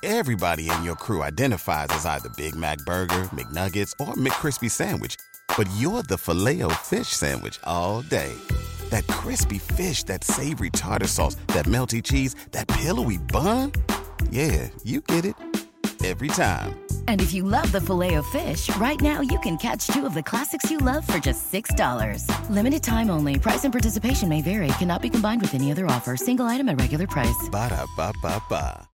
Everybody in your crew identifies as either Big Mac Burger, McNuggets, or McCrispy Sandwich. But you're the Filet-O-Fish Sandwich all day. That crispy fish, that savory tartar sauce, that melty cheese, that pillowy bun. Yeah, you get it. Every time. And if you love the Filet-O-Fish, right now you can catch two of the classics you love for just $6. Limited time only. Price and participation may vary. Cannot be combined with any other offer. Single item at regular price. Ba-da-ba-ba-ba.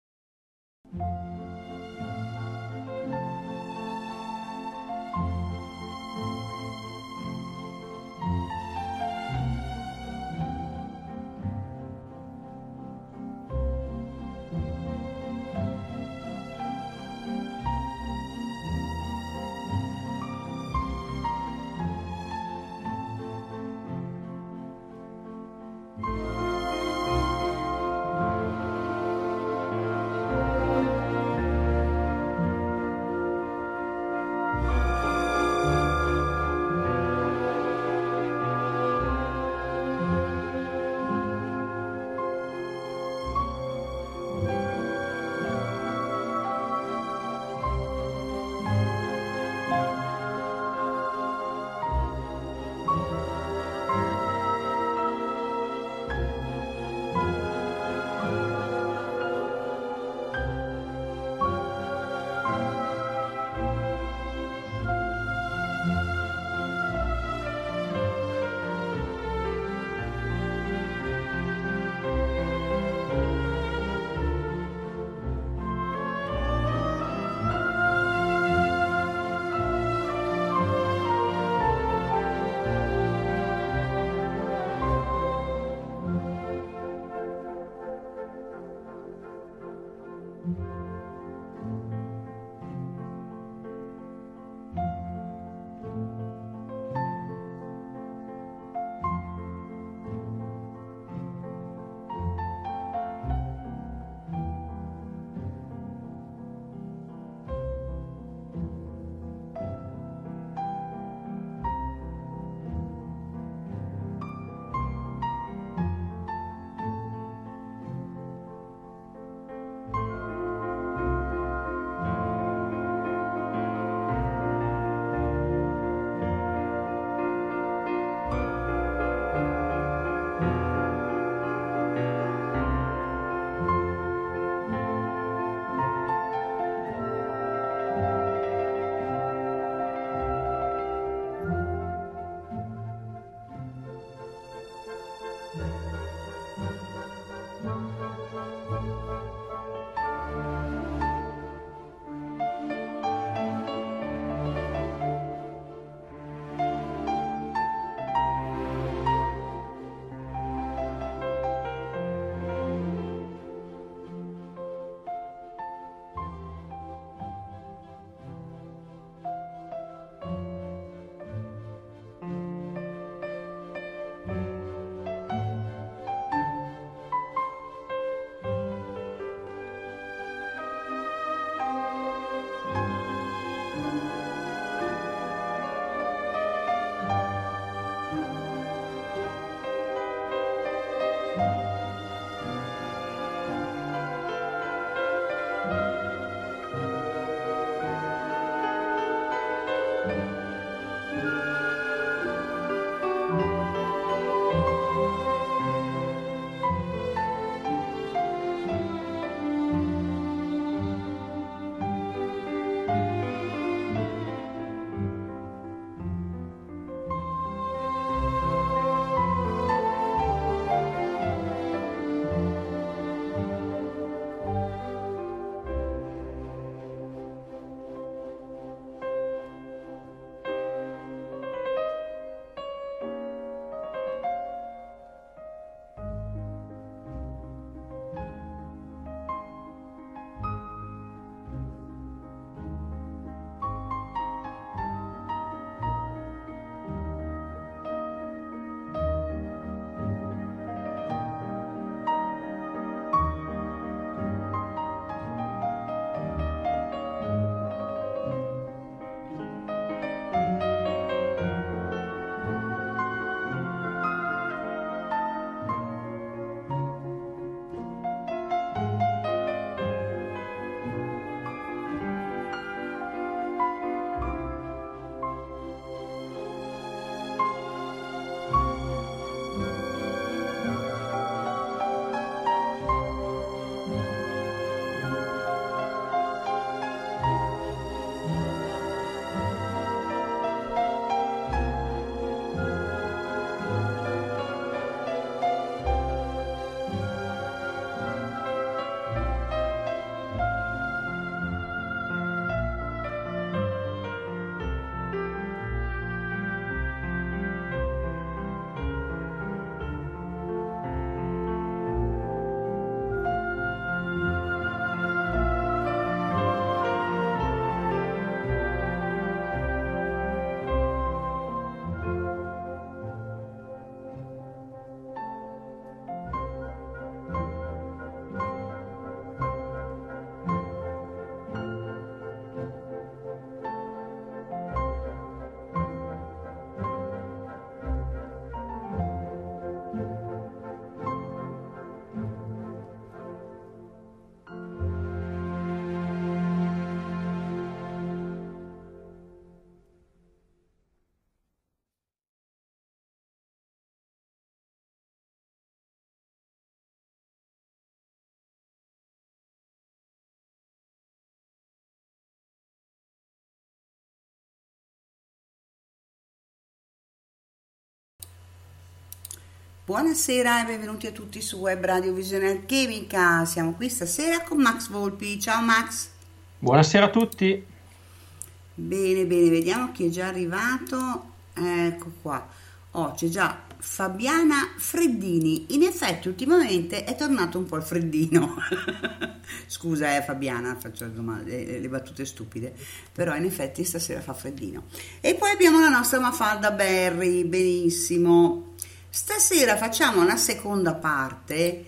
Buonasera e benvenuti a tutti su Web Radio Visione Alchemica. Siamo qui stasera con Max Volpi. Ciao Max. Buonasera a tutti. Bene, vediamo chi è già arrivato. Ecco qua. C'è già Fabiana Freddini. In effetti ultimamente è tornato un po' il freddino. Scusa Fabiana, faccio le battute stupide, però in effetti stasera fa freddino. E poi abbiamo la nostra Mafalda Berry. Benissimo. Stasera facciamo la seconda parte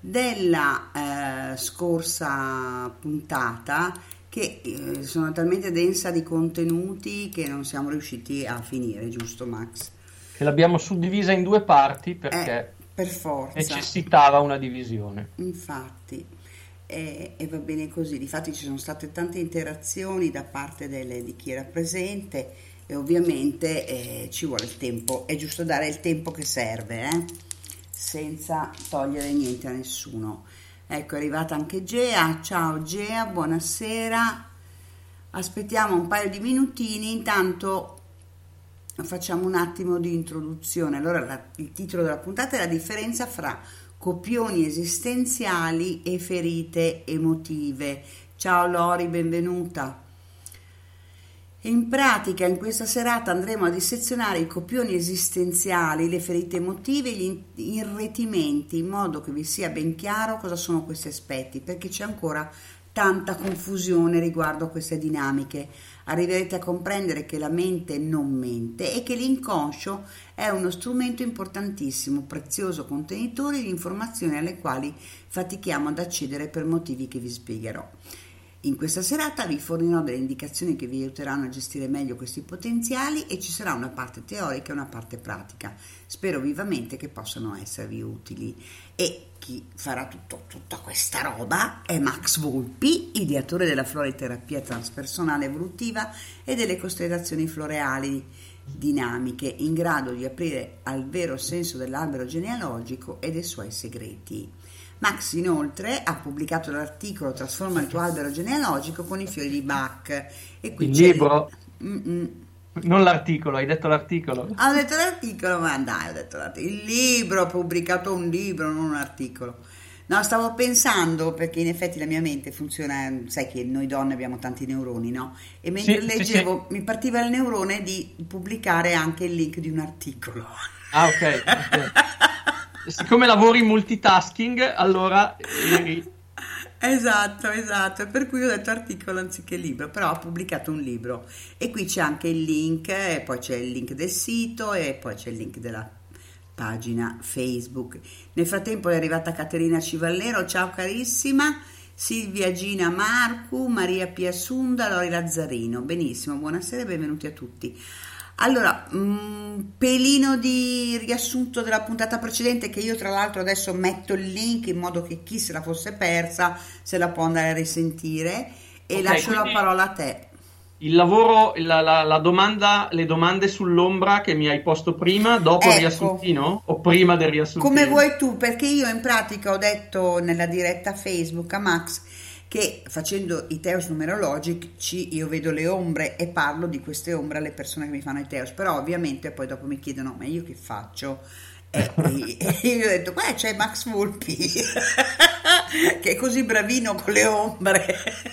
della scorsa puntata, che sono talmente densa di contenuti che non siamo riusciti a finire, giusto Max? Che l'abbiamo suddivisa in due parti perché per forza necessitava una divisione. Infatti, e va bene così. Difatti ci sono state tante interazioni da parte di chi era presente. E ovviamente ci vuole il tempo, è giusto dare il tempo che serve, senza togliere niente a nessuno. Ecco, è arrivata anche Gea. Ciao Gea, buonasera. Aspettiamo un paio di minutini, intanto facciamo un attimo di introduzione. Allora, il titolo della puntata è la differenza fra copioni esistenziali e ferite emotive. Ciao Lori, benvenuta. In pratica, in questa serata andremo a dissezionare i copioni esistenziali, le ferite emotive e gli irretimenti, in modo che vi sia ben chiaro cosa sono questi aspetti, perché c'è ancora tanta confusione riguardo a queste dinamiche. Arriverete a comprendere che la mente non mente e che l'inconscio è uno strumento importantissimo, prezioso contenitore di informazioni alle quali fatichiamo ad accedere per motivi che vi spiegherò. In questa serata vi fornirò delle indicazioni che vi aiuteranno a gestire meglio questi potenziali e ci sarà una parte teorica e una parte pratica. Spero vivamente che possano esservi utili. E chi farà tutta questa roba è Max Volpi, ideatore della floriterapia transpersonale evolutiva e delle costellazioni floreali dinamiche, in grado di aprire al vero senso dell'albero genealogico e dei suoi segreti. Max inoltre ha pubblicato l'articolo Trasforma il tuo albero genealogico con i fiori di Bach. E qui il libro? Non l'articolo, hai detto l'articolo? Ho detto l'articolo, ma dai, ho detto l'articolo. Il libro, ho pubblicato un libro, non un articolo. No, stavo pensando, perché in effetti la mia mente funziona, sai che noi donne abbiamo tanti neuroni, no? E mentre leggevo mi partiva il neurone di pubblicare anche il link di un articolo. Ah, ok. Siccome lavori in multitasking, allora Esatto, per cui ho detto articolo anziché libro, però ho pubblicato un libro e qui c'è anche il link, e poi c'è il link del sito e poi c'è il link della pagina Facebook. Nel frattempo è arrivata Caterina Civallero, ciao carissima, Silvia Gina Marcu, Maria Pia Sunda, Lori Lazzarino. Benissimo, buonasera e benvenuti a tutti. Allora, pelino di riassunto della puntata precedente, che io tra l'altro adesso metto il link in modo che chi se la fosse persa se la può andare a risentire, e lascio la parola a te. Il lavoro, la domanda, le domande sull'ombra che mi hai posto prima, dopo il riassuntino o prima del riassuntino? Come vuoi tu, perché io in pratica ho detto nella diretta Facebook a Max che facendo i teos numerologici io vedo le ombre e parlo di queste ombre alle persone che mi fanno i teos, però ovviamente poi dopo mi chiedono ma io che faccio? E io ho detto qua c'è Max Volpi che è così bravino con le ombre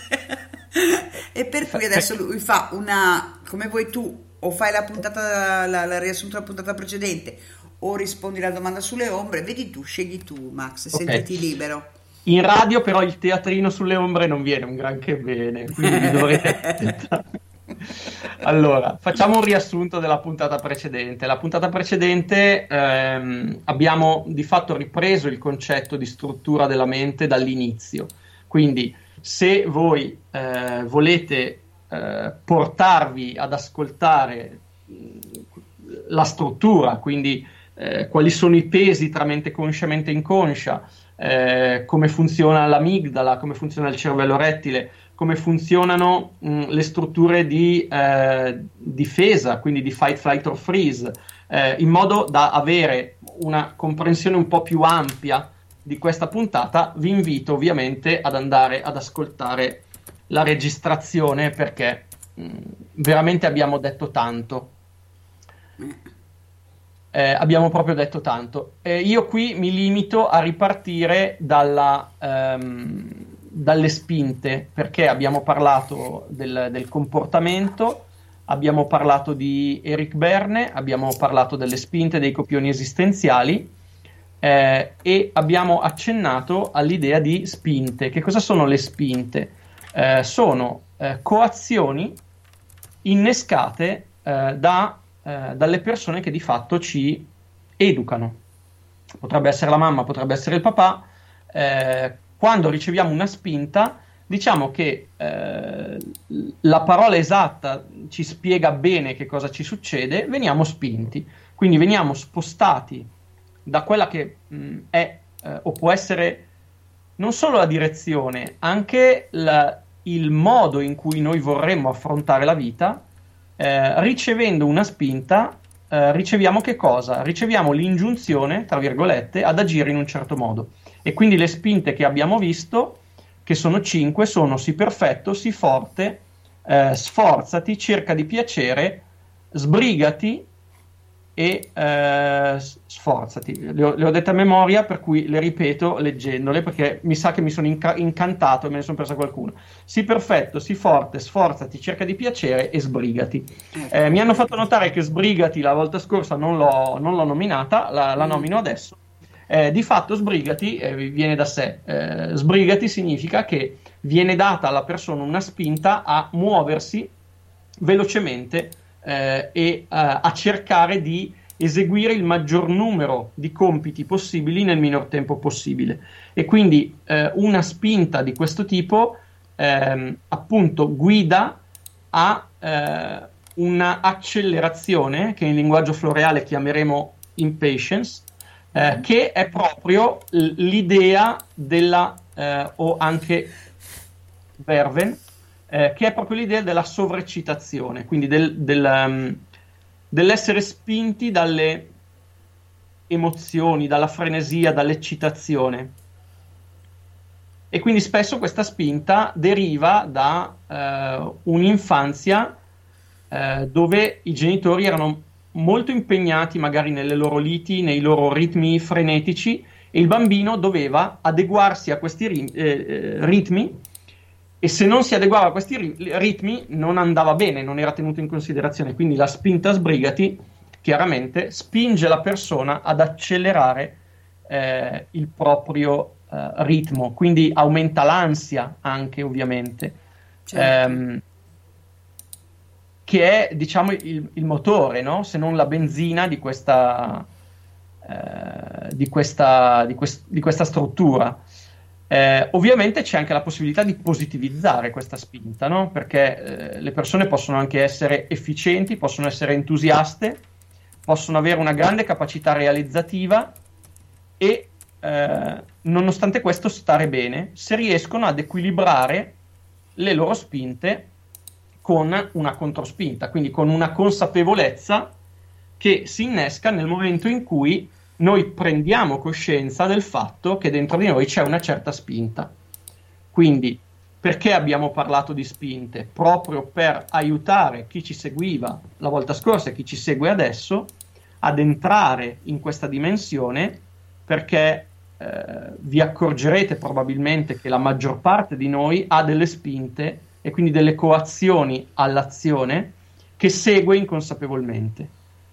e per cui adesso lui fa una, come vuoi tu, o fai la puntata, la riassunto della puntata precedente o rispondi alla domanda sulle ombre, vedi tu, scegli tu Max, sentiti libero. In radio però il teatrino sulle ombre non viene un granché bene, quindi vi dovrete... Allora, facciamo un riassunto della puntata precedente. La puntata precedente abbiamo di fatto ripreso il concetto di struttura della mente dall'inizio. Quindi se voi volete portarvi ad ascoltare la struttura, quindi quali sono i pesi tra mente conscia e mente inconscia, come funziona l'amigdala, come funziona il cervello rettile, come funzionano le strutture di difesa, quindi di fight, flight or freeze, in modo da avere una comprensione un po' più ampia di questa puntata, vi invito ovviamente ad andare ad ascoltare la registrazione, perché veramente abbiamo detto tanto. abbiamo proprio detto tanto. Io qui mi limito a ripartire dalle spinte, perché abbiamo parlato del comportamento, abbiamo parlato di Eric Berne, abbiamo parlato delle spinte, dei copioni esistenziali, e abbiamo accennato all'idea di spinte. Che cosa sono le spinte? Sono coazioni innescate dalle persone che di fatto ci educano. Potrebbe essere la mamma, potrebbe essere il papà. Quando riceviamo una spinta, diciamo che la parola esatta ci spiega bene che cosa ci succede, veniamo spinti, quindi veniamo spostati da quella che è o può essere non solo la direzione, anche il modo in cui noi vorremmo affrontare la vita. Ricevendo una spinta, riceviamo che cosa? Riceviamo l'ingiunzione, tra virgolette, ad agire in un certo modo. E quindi le spinte che abbiamo visto, che sono 5, sono: sii perfetto, sii forte, sforzati, cerca di piacere, sbrigati e sforzati. Le ho dette a memoria, per cui le ripeto leggendole, perché mi sa che mi sono incantato e me ne sono persa qualcuno. Sii perfetto, sii forte, sforzati, cerca di piacere e sbrigati. Mi hanno fatto notare che sbrigati la volta scorsa non l'ho nominata, la nomino adesso. Di fatto sbrigati viene da sé. Sbrigati significa che viene data alla persona una spinta a muoversi velocemente e a cercare di eseguire il maggior numero di compiti possibili nel minor tempo possibile. E quindi una spinta di questo tipo appunto guida a una accelerazione, che in linguaggio floreale chiameremo impatience, che è proprio l'idea della o anche verven, che è proprio l'idea della sovraccitazione, quindi dell'essere spinti dalle emozioni, dalla frenesia, dall'eccitazione. E quindi spesso questa spinta deriva da un'infanzia dove i genitori erano molto impegnati magari nelle loro liti, nei loro ritmi frenetici, e il bambino doveva adeguarsi a questi ritmi, e se non si adeguava a questi ritmi non andava bene, non era tenuto in considerazione. Quindi la spinta sbrigati chiaramente spinge la persona ad accelerare il proprio ritmo, quindi aumenta l'ansia anche, ovviamente. Certo. Che è, diciamo, il motore, no? Se non la benzina di questa struttura. Ovviamente c'è anche la possibilità di positivizzare questa spinta, no? Perché le persone possono anche essere efficienti, possono essere entusiaste, possono avere una grande capacità realizzativa e nonostante questo stare bene, se riescono ad equilibrare le loro spinte con una controspinta, quindi con una consapevolezza che si innesca nel momento in cui noi prendiamo coscienza del fatto che dentro di noi c'è una certa spinta. Quindi, perché abbiamo parlato di spinte? Proprio per aiutare chi ci seguiva la volta scorsa e chi ci segue adesso ad entrare in questa dimensione, perché vi accorgerete probabilmente che la maggior parte di noi ha delle spinte e quindi delle coazioni all'azione che segue inconsapevolmente.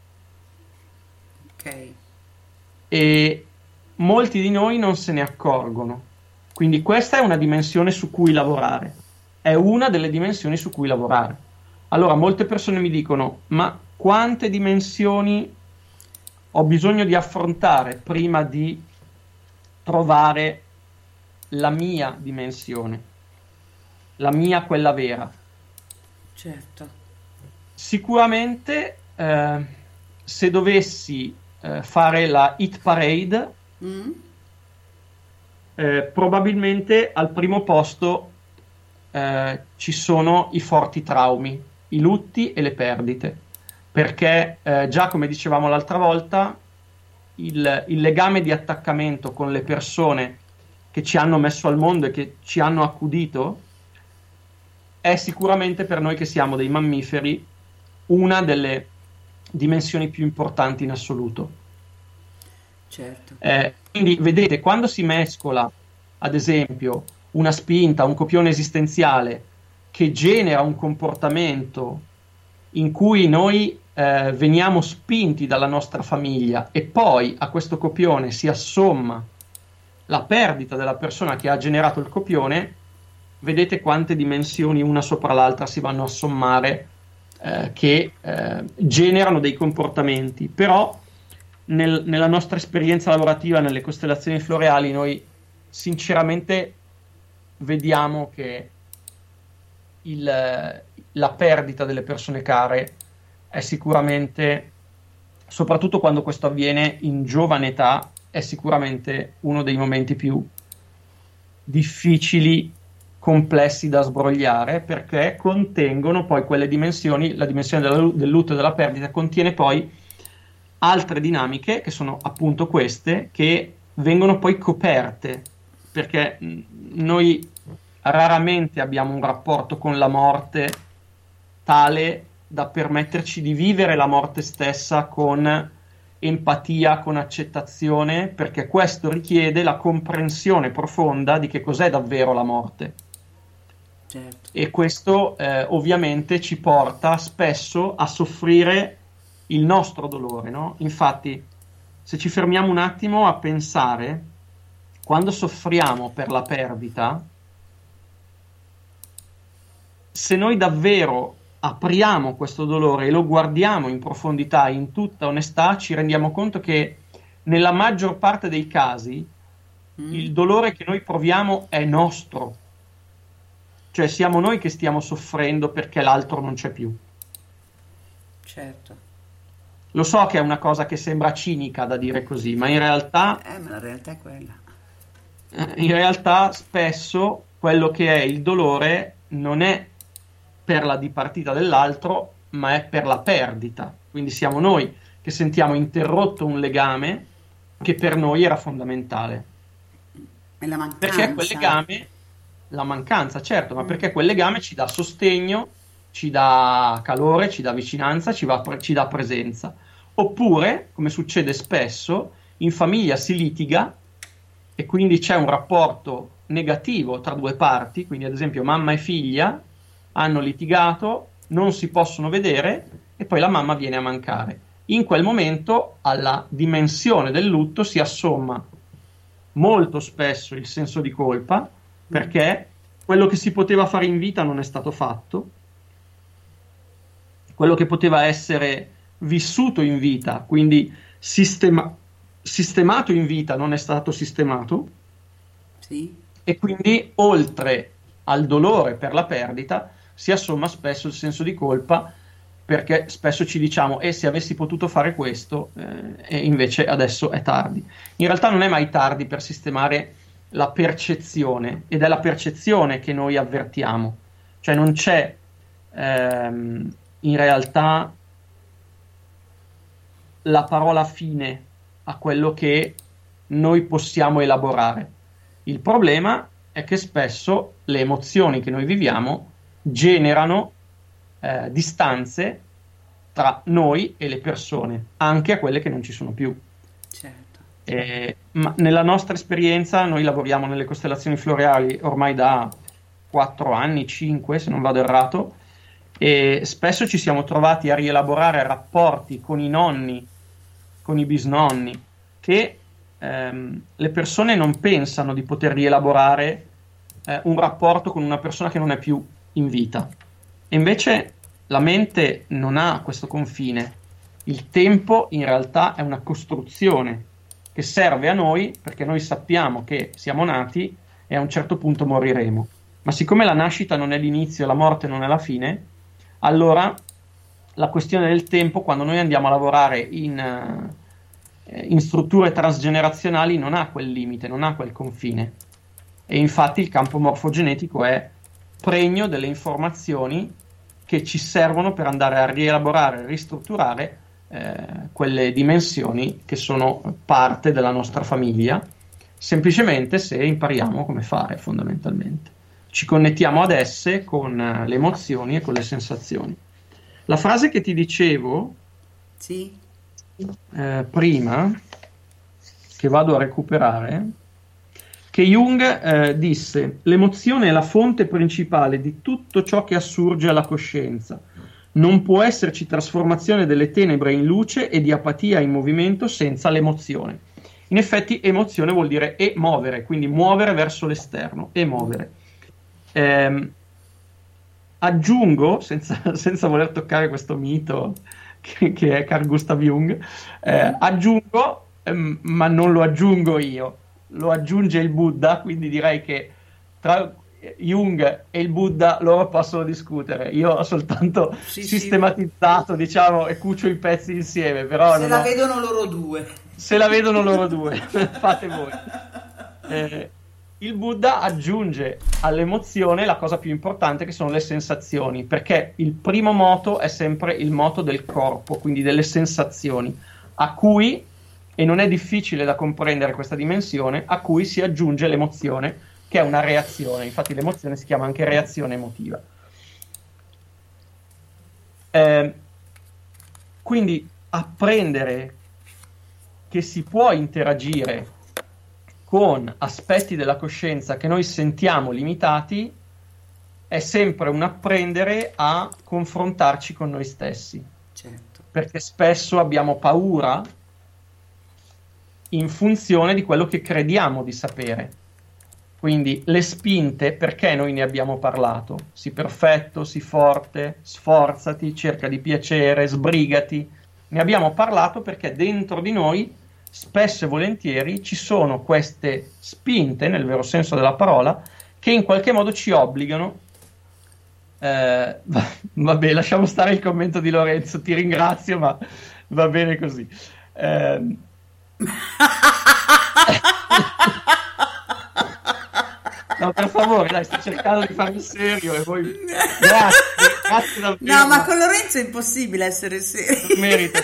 Ok. E molti di noi non se ne accorgono. Quindi questa è una dimensione su cui lavorare. È una delle dimensioni su cui lavorare. Allora, molte persone mi dicono: ma quante dimensioni ho bisogno di affrontare prima di trovare la mia dimensione? La mia, quella vera. Certo. Sicuramente se dovessi fare la hit parade, probabilmente al primo posto ci sono i forti traumi, i lutti e le perdite, perché già come dicevamo l'altra volta, il legame di attaccamento con le persone che ci hanno messo al mondo e che ci hanno accudito è sicuramente, per noi che siamo dei mammiferi, una delle dimensioni più importanti in assoluto. Certo. Quindi vedete, quando si mescola, ad esempio, una spinta, un copione esistenziale che genera un comportamento in cui noi veniamo spinti dalla nostra famiglia e poi a questo copione si assomma la perdita della persona che ha generato il copione, vedete quante dimensioni una sopra l'altra si vanno a sommare che generano dei comportamenti. Però nella nostra esperienza lavorativa nelle costellazioni floreali noi sinceramente vediamo che la perdita delle persone care è sicuramente, soprattutto quando questo avviene in giovane età, è sicuramente uno dei momenti più difficili, complessi da sbrogliare, perché contengono poi quelle dimensioni. La dimensione del lutto e della perdita contiene poi altre dinamiche che sono appunto queste, che vengono poi coperte, perché noi raramente abbiamo un rapporto con la morte tale da permetterci di vivere la morte stessa con empatia, con accettazione, perché questo richiede la comprensione profonda di che cos'è davvero la morte. Certo. E questo ovviamente ci porta spesso a soffrire il nostro dolore, no? Infatti, se ci fermiamo un attimo a pensare, quando soffriamo per la perdita, se noi davvero apriamo questo dolore e lo guardiamo in profondità, in tutta onestà, ci rendiamo conto che nella maggior parte dei casi il dolore che noi proviamo è nostro, cioè siamo noi che stiamo soffrendo perché l'altro non c'è più. Certo. Lo so che è una cosa che sembra cinica da dire così, ma in realtà Ma la realtà è quella. in realtà spesso quello che è il dolore non è per la dipartita dell'altro, ma è per la perdita. Quindi siamo noi che sentiamo interrotto un legame che per noi era fondamentale. E la mancanza. Perché quel legame, la mancanza, certo, ma perché quel legame ci dà sostegno, ci dà calore, ci dà vicinanza, ci dà presenza. Oppure, come succede spesso, in famiglia si litiga e quindi c'è un rapporto negativo tra due parti, quindi ad esempio mamma e figlia hanno litigato, non si possono vedere e poi la mamma viene a mancare. In quel momento alla dimensione del lutto si assomma molto spesso il senso di colpa, perché quello che si poteva fare in vita non è stato fatto, quello che poteva essere vissuto in vita, quindi sistemato in vita, non è stato sistemato. Sì. E quindi oltre al dolore per la perdita si assomma spesso il senso di colpa, perché spesso ci diciamo se avessi potuto fare questo e invece adesso è tardi. In realtà non è mai tardi per sistemare la percezione, ed è la percezione che noi avvertiamo, cioè non c'è in realtà la parola fine a quello che noi possiamo elaborare. Il problema è che spesso le emozioni che noi viviamo generano distanze tra noi e le persone, anche a quelle che non ci sono più. Certo. Ma nella nostra esperienza noi lavoriamo nelle costellazioni floreali ormai da 4 anni, 5 se non vado errato, e spesso ci siamo trovati a rielaborare rapporti con i nonni, con i bisnonni, che le persone non pensano di poter rielaborare un rapporto con una persona che non è più in vita. E invece la mente non ha questo confine. Il tempo in realtà è una costruzione che serve a noi, perché noi sappiamo che siamo nati e a un certo punto moriremo. Ma siccome la nascita non è l'inizio e la morte non è la fine, allora la questione del tempo, quando noi andiamo a lavorare in strutture transgenerazionali, non ha quel limite, non ha quel confine. E infatti il campo morfogenetico è pregno delle informazioni che ci servono per andare a rielaborare, ristrutturare quelle dimensioni che sono parte della nostra famiglia, semplicemente se impariamo come fare, fondamentalmente. Ci connettiamo ad esse con le emozioni e con le sensazioni. La frase che ti dicevo Sì. Prima che vado a recuperare, che Jung disse: l'emozione è la fonte principale di tutto ciò che assurge alla coscienza. Non può esserci trasformazione delle tenebre in luce e di apatia in movimento senza l'emozione. In effetti emozione vuol dire muovere, quindi muovere verso l'esterno, muovere. Aggiungo, senza voler toccare questo mito che è Carl Gustav Jung, aggiungo, ma non lo aggiungo io, lo aggiunge il Buddha, quindi direi che tra Jung e il Buddha loro possono discutere. Io ho soltanto sistematizzato, diciamo, e cucio i pezzi insieme. Però se la vedono loro due. Se la vedono loro due, fate voi. Il Buddha aggiunge all'emozione la cosa più importante, che sono le sensazioni, perché il primo moto è sempre il moto del corpo, quindi delle sensazioni, a cui, e non è difficile da comprendere questa dimensione, a cui si aggiunge l'emozione, che è una reazione. Infatti l'emozione si chiama anche reazione emotiva. Quindi apprendere che si può interagire con aspetti della coscienza che noi sentiamo limitati è sempre un apprendere a confrontarci con noi stessi. Certo. Perché spesso abbiamo paura in funzione di quello che crediamo di sapere. Quindi le spinte, perché noi ne abbiamo parlato? Sii perfetto, sii forte, sforzati, cerca di piacere, sbrigati. Ne abbiamo parlato perché dentro di noi spesso e volentieri ci sono queste spinte, nel vero senso della parola, che in qualche modo ci obbligano. Vabbè, lasciamo stare il commento di Lorenzo, ti ringrazio, ma va bene così. No, per favore, dai, sto cercando di farmi serio e voi... Grazie davvero. No, ma con Lorenzo è impossibile essere serio. Non merita.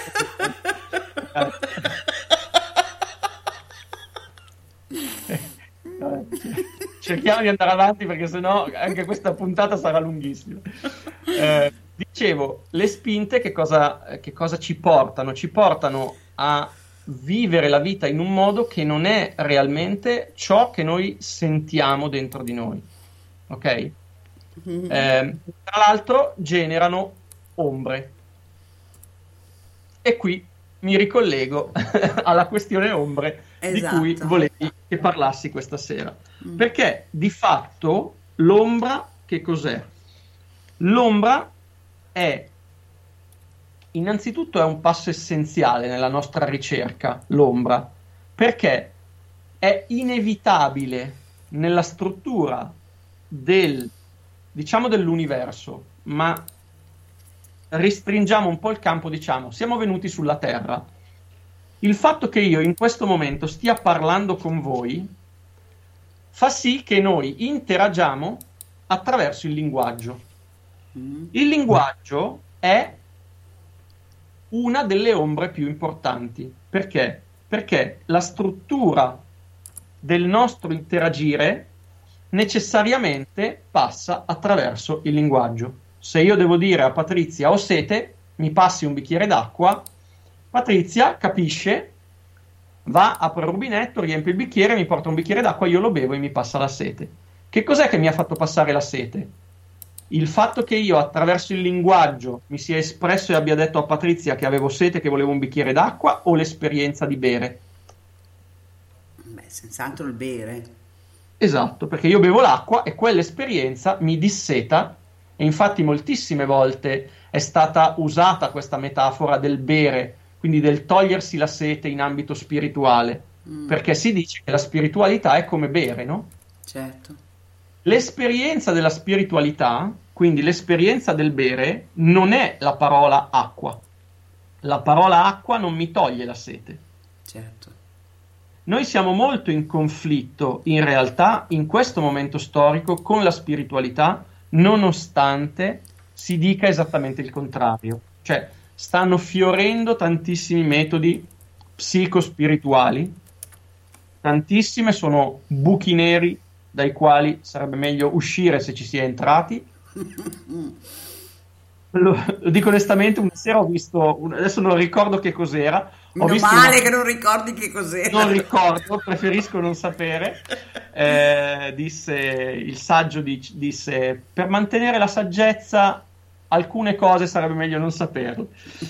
Cerchiamo di andare avanti perché sennò anche questa puntata sarà lunghissima. Dicevo, le spinte che cosa ci portano? Ci portano a vivere la vita in un modo che non è realmente ciò che noi sentiamo dentro di noi, ok? Tra l'altro generano ombre, e qui mi ricollego alla questione ombre, esatto, di cui volevi che parlassi questa sera, perché di fatto l'ombra che cos'è? L'ombra è innanzitutto è un passo essenziale nella nostra ricerca, l'ombra, perché è inevitabile nella struttura dell'universo, ma restringiamo un po' il campo, diciamo, siamo venuti sulla Terra. Il fatto che io in questo momento stia parlando con voi fa sì che noi interagiamo attraverso il linguaggio. Il linguaggio è una delle ombre più importanti. Perché? Perché la struttura del nostro interagire necessariamente passa attraverso il linguaggio. Se io devo dire a Patrizia ho sete, mi passi un bicchiere d'acqua, Patrizia capisce, va, apre il rubinetto, riempie il bicchiere, mi porta un bicchiere d'acqua, io lo bevo e mi passa la sete. Che cos'è che mi ha fatto passare la sete? Il fatto che io attraverso il linguaggio mi sia espresso e abbia detto a Patrizia che avevo sete, che volevo un bicchiere d'acqua, o l'esperienza di bere? Beh, senz'altro il bere. Esatto, perché io bevo l'acqua e quell'esperienza mi disseta, e infatti moltissime volte è stata usata questa metafora del bere, quindi del togliersi la sete in ambito spirituale, perché si dice che la spiritualità è come bere, no? Certo. L'esperienza della spiritualità, quindi l'esperienza del bere, non è la parola acqua. La parola acqua non mi toglie la sete. Certo. Noi siamo molto in conflitto, in realtà, in questo momento storico, con la spiritualità, nonostante si dica esattamente il contrario. Cioè, stanno fiorendo tantissimi metodi psicospirituali, tantissime sono buchi neri dai quali sarebbe meglio uscire se ci si è entrati. Lo dico onestamente, una sera ho visto, adesso non ricordo che cos'era. Ho Meno visto male che non ricordi che cos'era. Non ricordo, preferisco non sapere. Disse il saggio, disse: per mantenere la saggezza, alcune cose sarebbe meglio non saperle.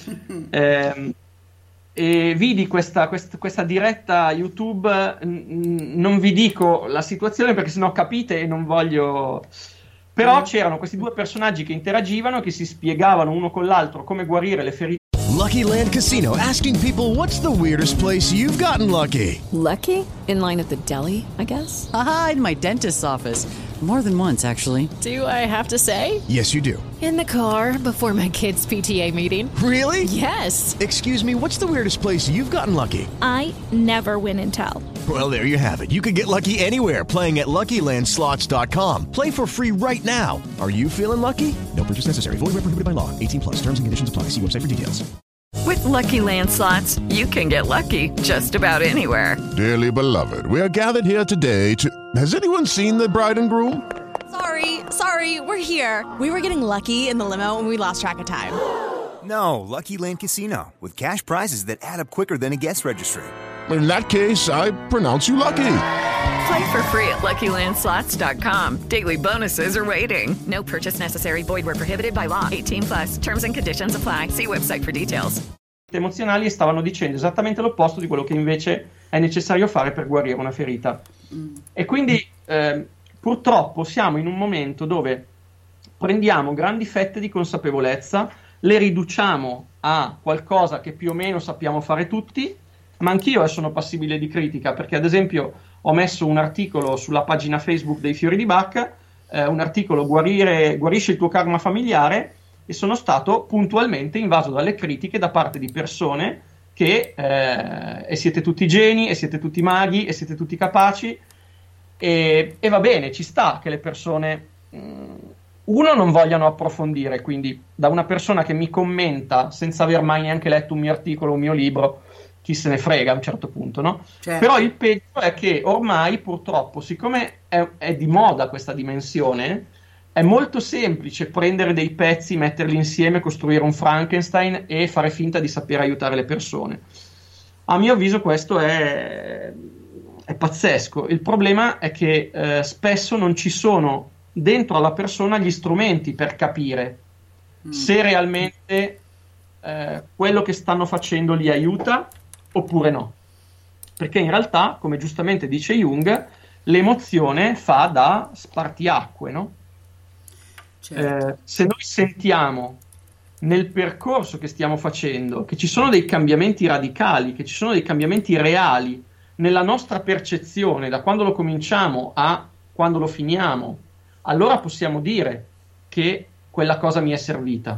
E vidi questa diretta YouTube. Non vi dico la situazione perché sennò capite e non voglio. Però c'erano questi due personaggi che interagivano, che si spiegavano uno con l'altro come guarire le ferite. Lucky Land Casino, asking people, what's the weirdest place you've gotten lucky? Lucky? In line at the deli, I guess? Aha, in my dentist's office. More than once, actually. Do I have to say? Yes, you do. In the car before my kids' PTA meeting. Really? Yes. Excuse me, what's the weirdest place you've gotten lucky? I never win and tell. Well, there you have it. You can get lucky anywhere, playing at LuckyLandSlots.com. Play for free right now. Are you feeling lucky? No purchase necessary. Void where prohibited by law. 18+. Terms and conditions apply. See website for details. With Lucky Land Slots, you can get lucky just about anywhere. Dearly beloved, we are gathered here today to... Has anyone seen the bride and groom? Sorry, we're here. We were getting lucky in the limo and we lost track of time. No, Lucky Land Casino, with cash prizes that add up quicker than a guest registry. In that case, I pronounce you lucky. Play for free at LuckyLandSlots.com. Daily bonuses are waiting. No purchase necessary. Void where prohibited by law. 18+. Terms and conditions apply. See website for details. Emozionali, e stavano dicendo esattamente l'opposto di quello che invece è necessario fare per guarire una ferita. E quindi purtroppo siamo in un momento dove prendiamo grandi fette di consapevolezza, le riduciamo a qualcosa che più o meno sappiamo fare tutti, ma anch'io sono passibile di critica, perché ad esempio ho messo un articolo sulla pagina Facebook dei Fiori di Bach, un articolo guarisce il tuo karma familiare, e sono stato puntualmente invaso dalle critiche da parte di persone che e siete tutti geni, e siete tutti maghi, e siete tutti capaci, e va bene, ci sta che le persone uno non vogliano approfondire, quindi da una persona che mi commenta senza aver mai neanche letto un mio articolo, un mio libro, chi se ne frega a un certo punto, no? Certo. Però il peggio è che ormai purtroppo, siccome è di moda questa dimensione, è molto semplice prendere dei pezzi, metterli insieme, costruire un Frankenstein e fare finta di sapere aiutare le persone. A mio avviso questo è pazzesco. Il problema è che spesso non ci sono dentro alla persona gli strumenti per capire se realmente quello che stanno facendo li aiuta oppure no. Perché in realtà, come giustamente dice Jung, l'emozione fa da spartiacque, no? Certo. Se noi sentiamo nel percorso che stiamo facendo che ci sono dei cambiamenti radicali, che ci sono dei cambiamenti reali nella nostra percezione da quando lo cominciamo a quando lo finiamo, allora possiamo dire che quella cosa mi è servita.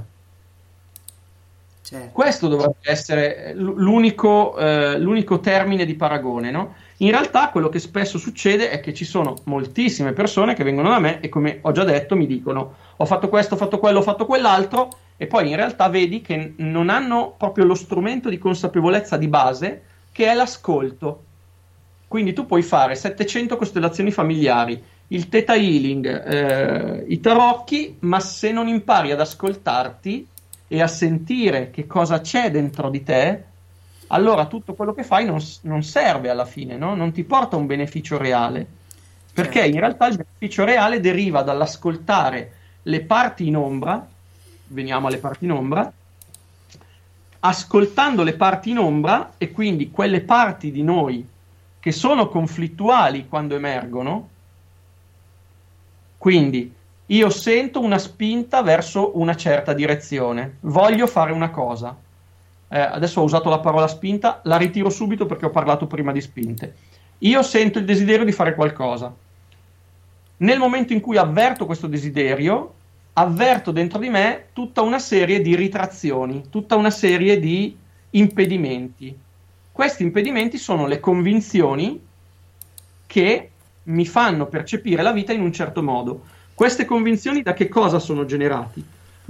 Certo. Questo dovrebbe essere l'unico termine di paragone, no? In realtà quello che spesso succede è che ci sono moltissime persone che vengono da me e, come ho già detto, mi dicono: ho fatto questo, ho fatto quello, ho fatto quell'altro, e poi in realtà vedi che non hanno proprio lo strumento di consapevolezza di base, che è l'ascolto. Quindi tu puoi fare 700 costellazioni familiari, il Theta Healing, i tarocchi, ma se non impari ad ascoltarti e a sentire che cosa c'è dentro di te, allora tutto quello che fai non serve alla fine, no? Non ti porta un beneficio reale, perché in realtà il beneficio reale deriva dall'ascoltare le parti in ombra. Veniamo alle parti in ombra. Ascoltando le parti in ombra, e quindi quelle parti di noi che sono conflittuali quando emergono, quindi io sento una spinta verso una certa direzione, voglio fare una cosa. Adesso ho usato la parola spinta, la ritiro subito perché ho parlato prima di spinte. Io sento il desiderio di fare qualcosa. Nel momento in cui avverto questo desiderio, avverto dentro di me tutta una serie di ritrazioni, tutta una serie di impedimenti. Questi impedimenti sono le convinzioni che mi fanno percepire la vita in un certo modo. Queste convinzioni da che cosa sono generate?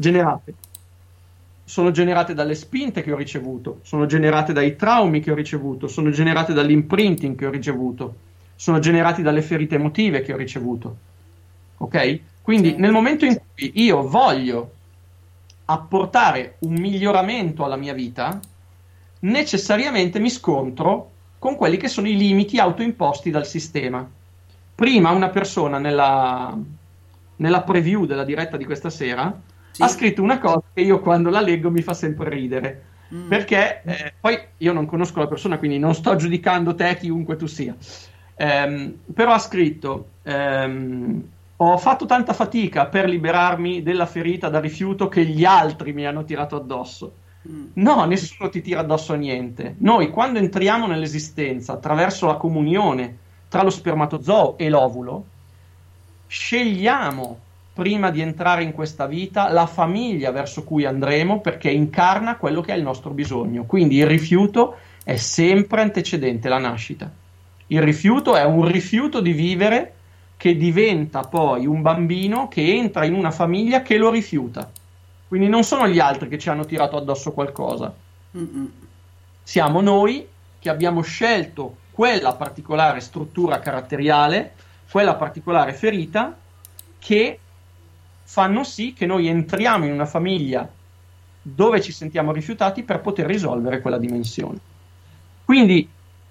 Sono generate dalle spinte che ho ricevuto, sono generate dai traumi che ho ricevuto, sono generate dall'imprinting che ho ricevuto, sono generati dalle ferite emotive che ho ricevuto. Ok? Quindi nel momento in cui io voglio apportare un miglioramento alla mia vita, necessariamente mi scontro con quelli che sono i limiti autoimposti dal sistema. Prima una persona nella preview della diretta di questa sera ha scritto una cosa che io quando la leggo mi fa sempre ridere, perché poi io non conosco la persona, quindi non sto giudicando te, chiunque tu sia, però ha scritto ho fatto tanta fatica per liberarmi della ferita da rifiuto che gli altri mi hanno tirato addosso. No, nessuno ti tira addosso a niente. Noi quando entriamo nell'esistenza attraverso la comunione tra lo spermatozoo e l'ovulo, scegliamo prima di entrare in questa vita la famiglia verso cui andremo, perché incarna quello che è il nostro bisogno. Quindi il rifiuto è sempre antecedente alla nascita. Il rifiuto è un rifiuto di vivere che diventa poi un bambino che entra in una famiglia che lo rifiuta. Quindi non sono gli altri che ci hanno tirato addosso qualcosa. Siamo noi che abbiamo scelto quella particolare struttura caratteriale, quella particolare ferita, che fanno sì che noi entriamo in una famiglia dove ci sentiamo rifiutati per poter risolvere quella dimensione. Quindi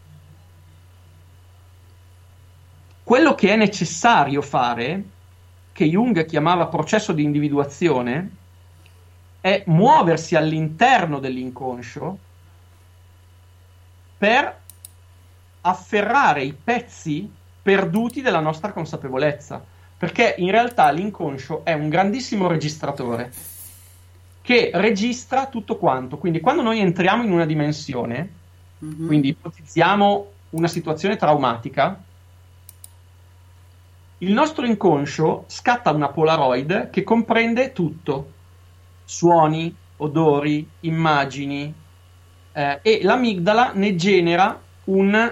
quello che è necessario fare, che Jung chiamava processo di individuazione, è muoversi all'interno dell'inconscio per afferrare i pezzi perduti della nostra consapevolezza, perché in realtà l'inconscio è un grandissimo registratore che registra tutto quanto. Quindi quando noi entriamo in una dimensione, quindi ipotizziamo una situazione traumatica, il nostro inconscio scatta una Polaroid che comprende tutto: suoni, odori, immagini, e l'amigdala ne genera un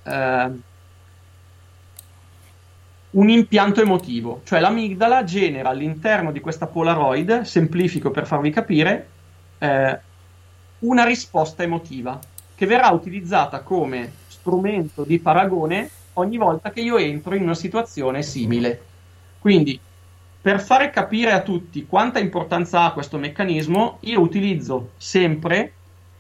impianto emotivo. Cioè l'amigdala genera all'interno di questa Polaroid, semplifico per farvi capire, una risposta emotiva che verrà utilizzata come strumento di paragone ogni volta che io entro in una situazione simile. Quindi, per fare capire a tutti quanta importanza ha questo meccanismo, io utilizzo sempre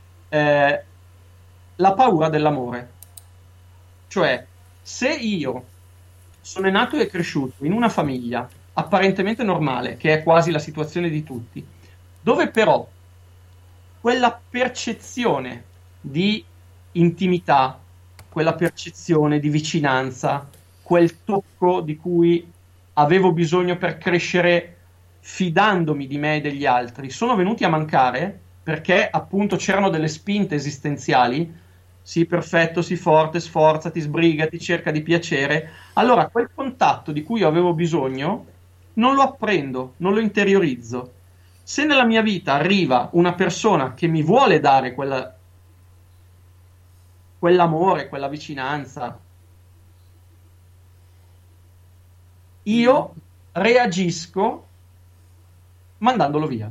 la paura dell'amore. Cioè, se io sono nato e cresciuto in una famiglia apparentemente normale, che è quasi la situazione di tutti, dove però quella percezione di intimità, quella percezione di vicinanza, quel tocco di cui avevo bisogno per crescere fidandomi di me e degli altri, sono venuti a mancare perché appunto c'erano delle spinte esistenziali: sii perfetto, sii forte, sforzati, sbrigati, cerca di piacere. Allora quel contatto di cui io avevo bisogno non lo apprendo, non lo interiorizzo. Se nella mia vita arriva una persona che mi vuole dare quell'amore, quella vicinanza, io reagisco mandandolo via.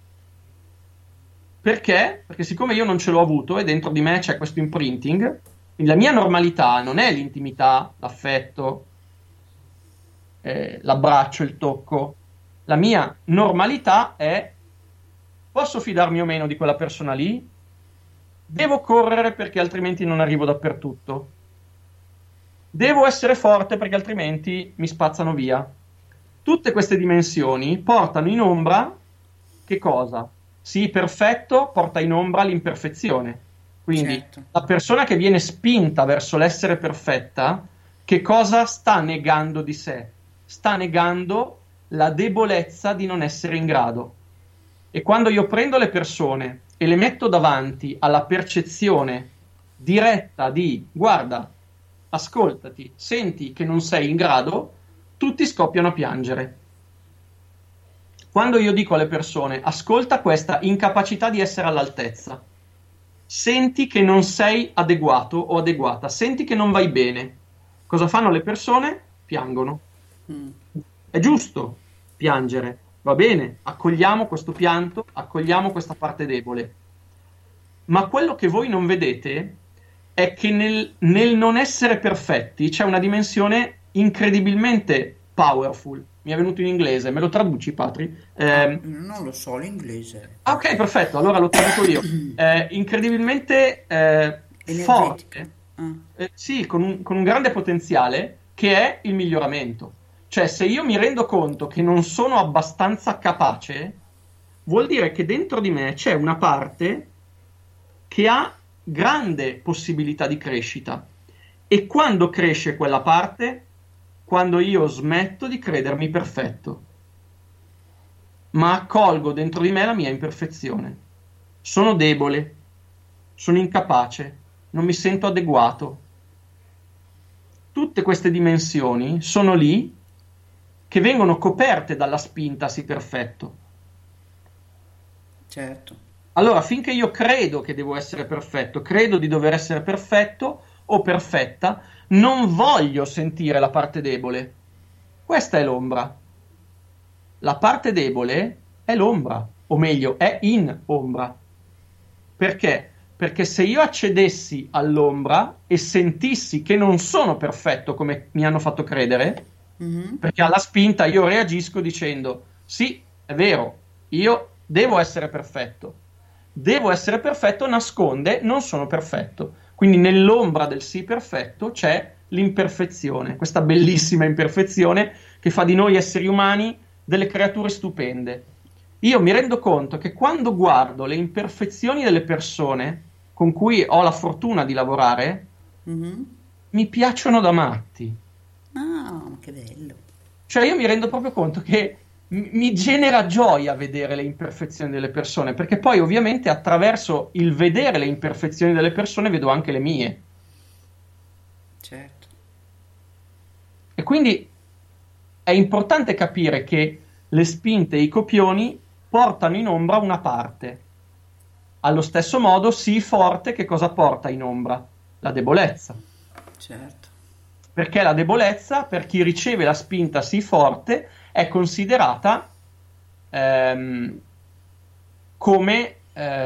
Perché? Perché siccome io non ce l'ho avuto e dentro di me c'è questo imprinting, la mia normalità non è l'intimità, l'affetto, l'abbraccio, il tocco. La mia normalità è: posso fidarmi o meno di quella persona lì? Devo correre perché altrimenti non arrivo dappertutto. Devo essere forte perché altrimenti mi spazzano via. Tutte queste dimensioni portano in ombra che cosa? Sì, perfetto porta in ombra l'imperfezione. Quindi la persona che viene spinta verso l'essere perfetta, che cosa sta negando di sé? Sta negando la debolezza di non essere in grado. E quando io prendo le persone e le metto davanti alla percezione diretta di: guarda, ascoltati, senti che non sei in grado, tutti scoppiano a piangere. Quando io dico alle persone: ascolta questa incapacità di essere all'altezza, senti che non sei adeguato o adeguata, senti che non vai bene, cosa fanno le persone? Piangono. È giusto piangere, va bene, accogliamo questo pianto, accogliamo questa parte debole. Ma quello che voi non vedete è che nel non essere perfetti c'è una dimensione incredibilmente powerful, mi è venuto in inglese, me lo traduci, Patri? Non lo so l'inglese. Ok, perfetto, allora lo traduco io. Incredibilmente forte, sì, con un grande potenziale, che è il miglioramento. Cioè, se io mi rendo conto che non sono abbastanza capace, vuol dire che dentro di me c'è una parte che ha grande possibilità di crescita. E quando cresce quella parte? Quando io smetto di credermi perfetto, ma accolgo dentro di me la mia imperfezione. Sono debole, sono incapace, non mi sento adeguato. Tutte queste dimensioni sono lì, che vengono coperte dalla spinta a sii perfetto. Certo. Allora, finché io credo che devo essere perfetto, credo di dover essere perfetto o perfetta, non voglio sentire la parte debole. Questa è l'ombra. La parte debole è l'ombra, o meglio, è in ombra. Perché? Perché se io accedessi all'ombra e sentissi che non sono perfetto come mi hanno fatto credere, perché alla spinta io reagisco dicendo sì, è vero, io devo essere perfetto. Devo essere perfetto nasconde non sono perfetto. Quindi nell'ombra del sì perfetto c'è l'imperfezione, questa bellissima imperfezione che fa di noi esseri umani delle creature stupende. Io mi rendo conto che quando guardo le imperfezioni delle persone con cui ho la fortuna di lavorare, mi piacciono da matti. Ah, che bello. Cioè io mi rendo proprio conto che mi genera gioia vedere le imperfezioni delle persone, perché poi ovviamente attraverso il vedere le imperfezioni delle persone vedo anche le mie. Certo. E quindi è importante capire che le spinte e i copioni portano in ombra una parte. Allo stesso modo, sii forte, che cosa porta in ombra? La debolezza. Certo. Perché la debolezza, per chi riceve la spinta sii forte, è considerata come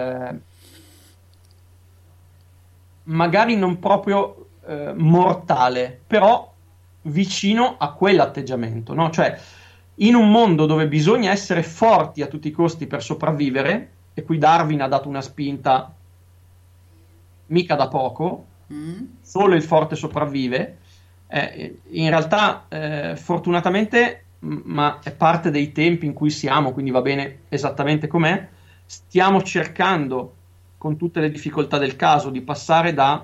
magari non proprio mortale, però vicino a quell'atteggiamento, no? Cioè, in un mondo dove bisogna essere forti a tutti i costi per sopravvivere, e qui Darwin ha dato una spinta mica da poco, solo il forte sopravvive, in realtà fortunatamente, ma è parte dei tempi in cui siamo, quindi va bene esattamente com'è, stiamo cercando, con tutte le difficoltà del caso, di passare da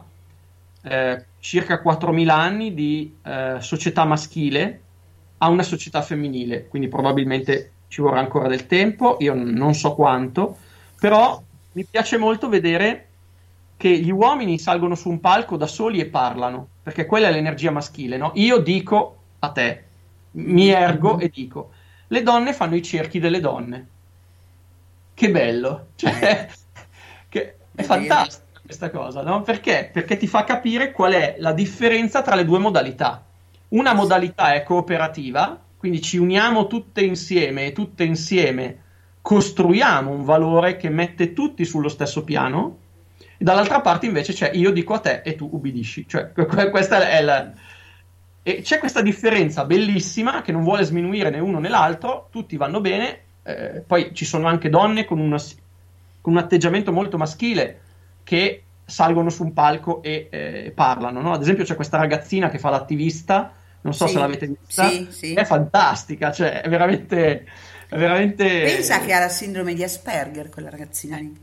circa 4.000 anni di società maschile a una società femminile, quindi probabilmente ci vorrà ancora del tempo, io non so quanto, però mi piace molto vedere che gli uomini salgono su un palco da soli e parlano, perché quella è l'energia maschile, no? Io dico a te, mi ergo e dico. Le donne fanno i cerchi delle donne. Che bello, cioè, che è fantastica questa cosa, no? Perché? Perché ti fa capire qual è la differenza tra le due modalità. Una modalità è cooperativa, quindi ci uniamo tutte insieme e tutte insieme costruiamo un valore che mette tutti sullo stesso piano, e dall'altra parte invece c'è io dico a te e tu ubbidisci, cioè questa è la... E c'è questa differenza bellissima che non vuole sminuire né uno né l'altro, tutti vanno bene, poi ci sono anche donne con un atteggiamento molto maschile che salgono su un palco e parlano, no? Ad esempio c'è questa ragazzina che fa l'attivista, non so se l'avete vista, sì. È fantastica, cioè è veramente... Pensa che ha la sindrome di Asperger quella ragazzina lì.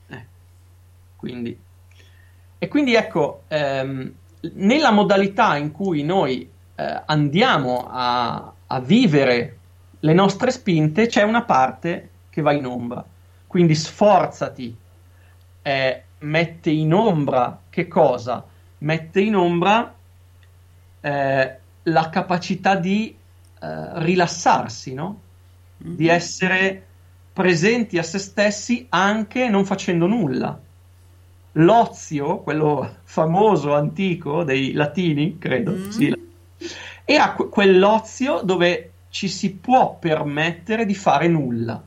Quindi ecco, nella modalità in cui noi andiamo a vivere le nostre spinte c'è una parte che va in ombra, quindi sforzati, mette in ombra che cosa? Mette in ombra la capacità di rilassarsi, no? Di essere presenti a se stessi anche non facendo nulla. L'ozio, quello famoso antico dei latini, credo, sì, era quell'ozio dove ci si può permettere di fare nulla.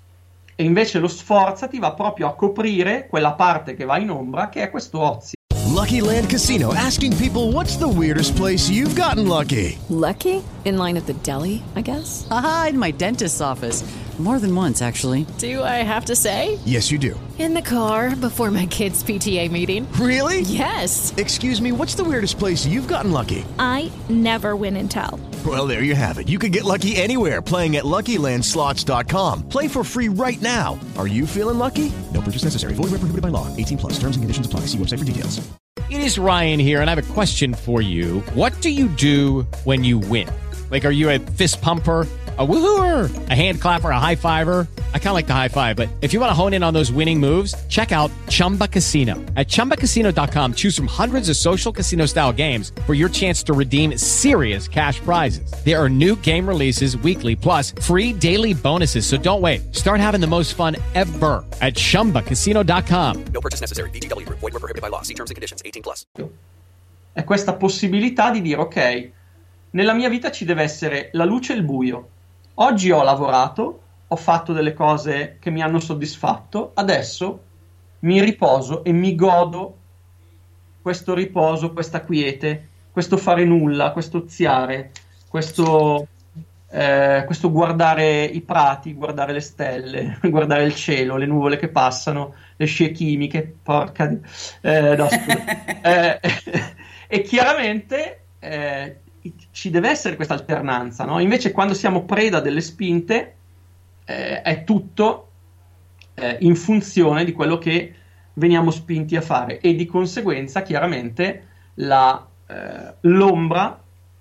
E invece lo sforzati va proprio a coprire quella parte che va in ombra, che è questo ozio. Lucky Land Casino, asking people, what's the weirdest place you've gotten lucky? Lucky? In line at the deli, I guess? Aha, in my dentist's office. More than once, actually. Do I have to say? Yes, you do. In the car before my kids' PTA meeting. Really? Yes. Excuse me, what's the weirdest place you've gotten lucky? I never win and tell. Well, there you have it. You can get lucky anywhere, playing at LuckyLandSlots.com. Play for free right now. Are you feeling lucky? No purchase necessary. Void where prohibited by law. 18 plus. Terms and conditions apply. See website for details. It is Ryan here, and I have a question for you. What do you do when you win? Like, are you a fist pumper, a woohooer, a hand clapper, a high fiver? I kind of like the high five, but if you want to hone in on those winning moves, check out Chumba Casino. At ChumbaCasino.com, choose from hundreds of social casino style games for your chance to redeem serious cash prizes. There are new game releases weekly, plus free daily bonuses. So don't wait. Start having the most fun ever at ChumbaCasino.com. No purchase necessary. VGW. Void where prohibited by law. See terms and conditions. 18 plus. È questa possibilità di dire, ok, nella mia vita ci deve essere la luce e il buio. Oggi ho lavorato, ho fatto delle cose che mi hanno soddisfatto, adesso mi riposo e mi godo questo riposo, questa quiete, questo fare nulla, questo oziare, questo guardare i prati, guardare le stelle, guardare il cielo, le nuvole che passano, le scie chimiche, porca no, scusa. E chiaramente ci deve essere questa alternanza, no? Invece quando siamo preda delle spinte è tutto in funzione di quello che veniamo spinti a fare, e di conseguenza chiaramente l'ombra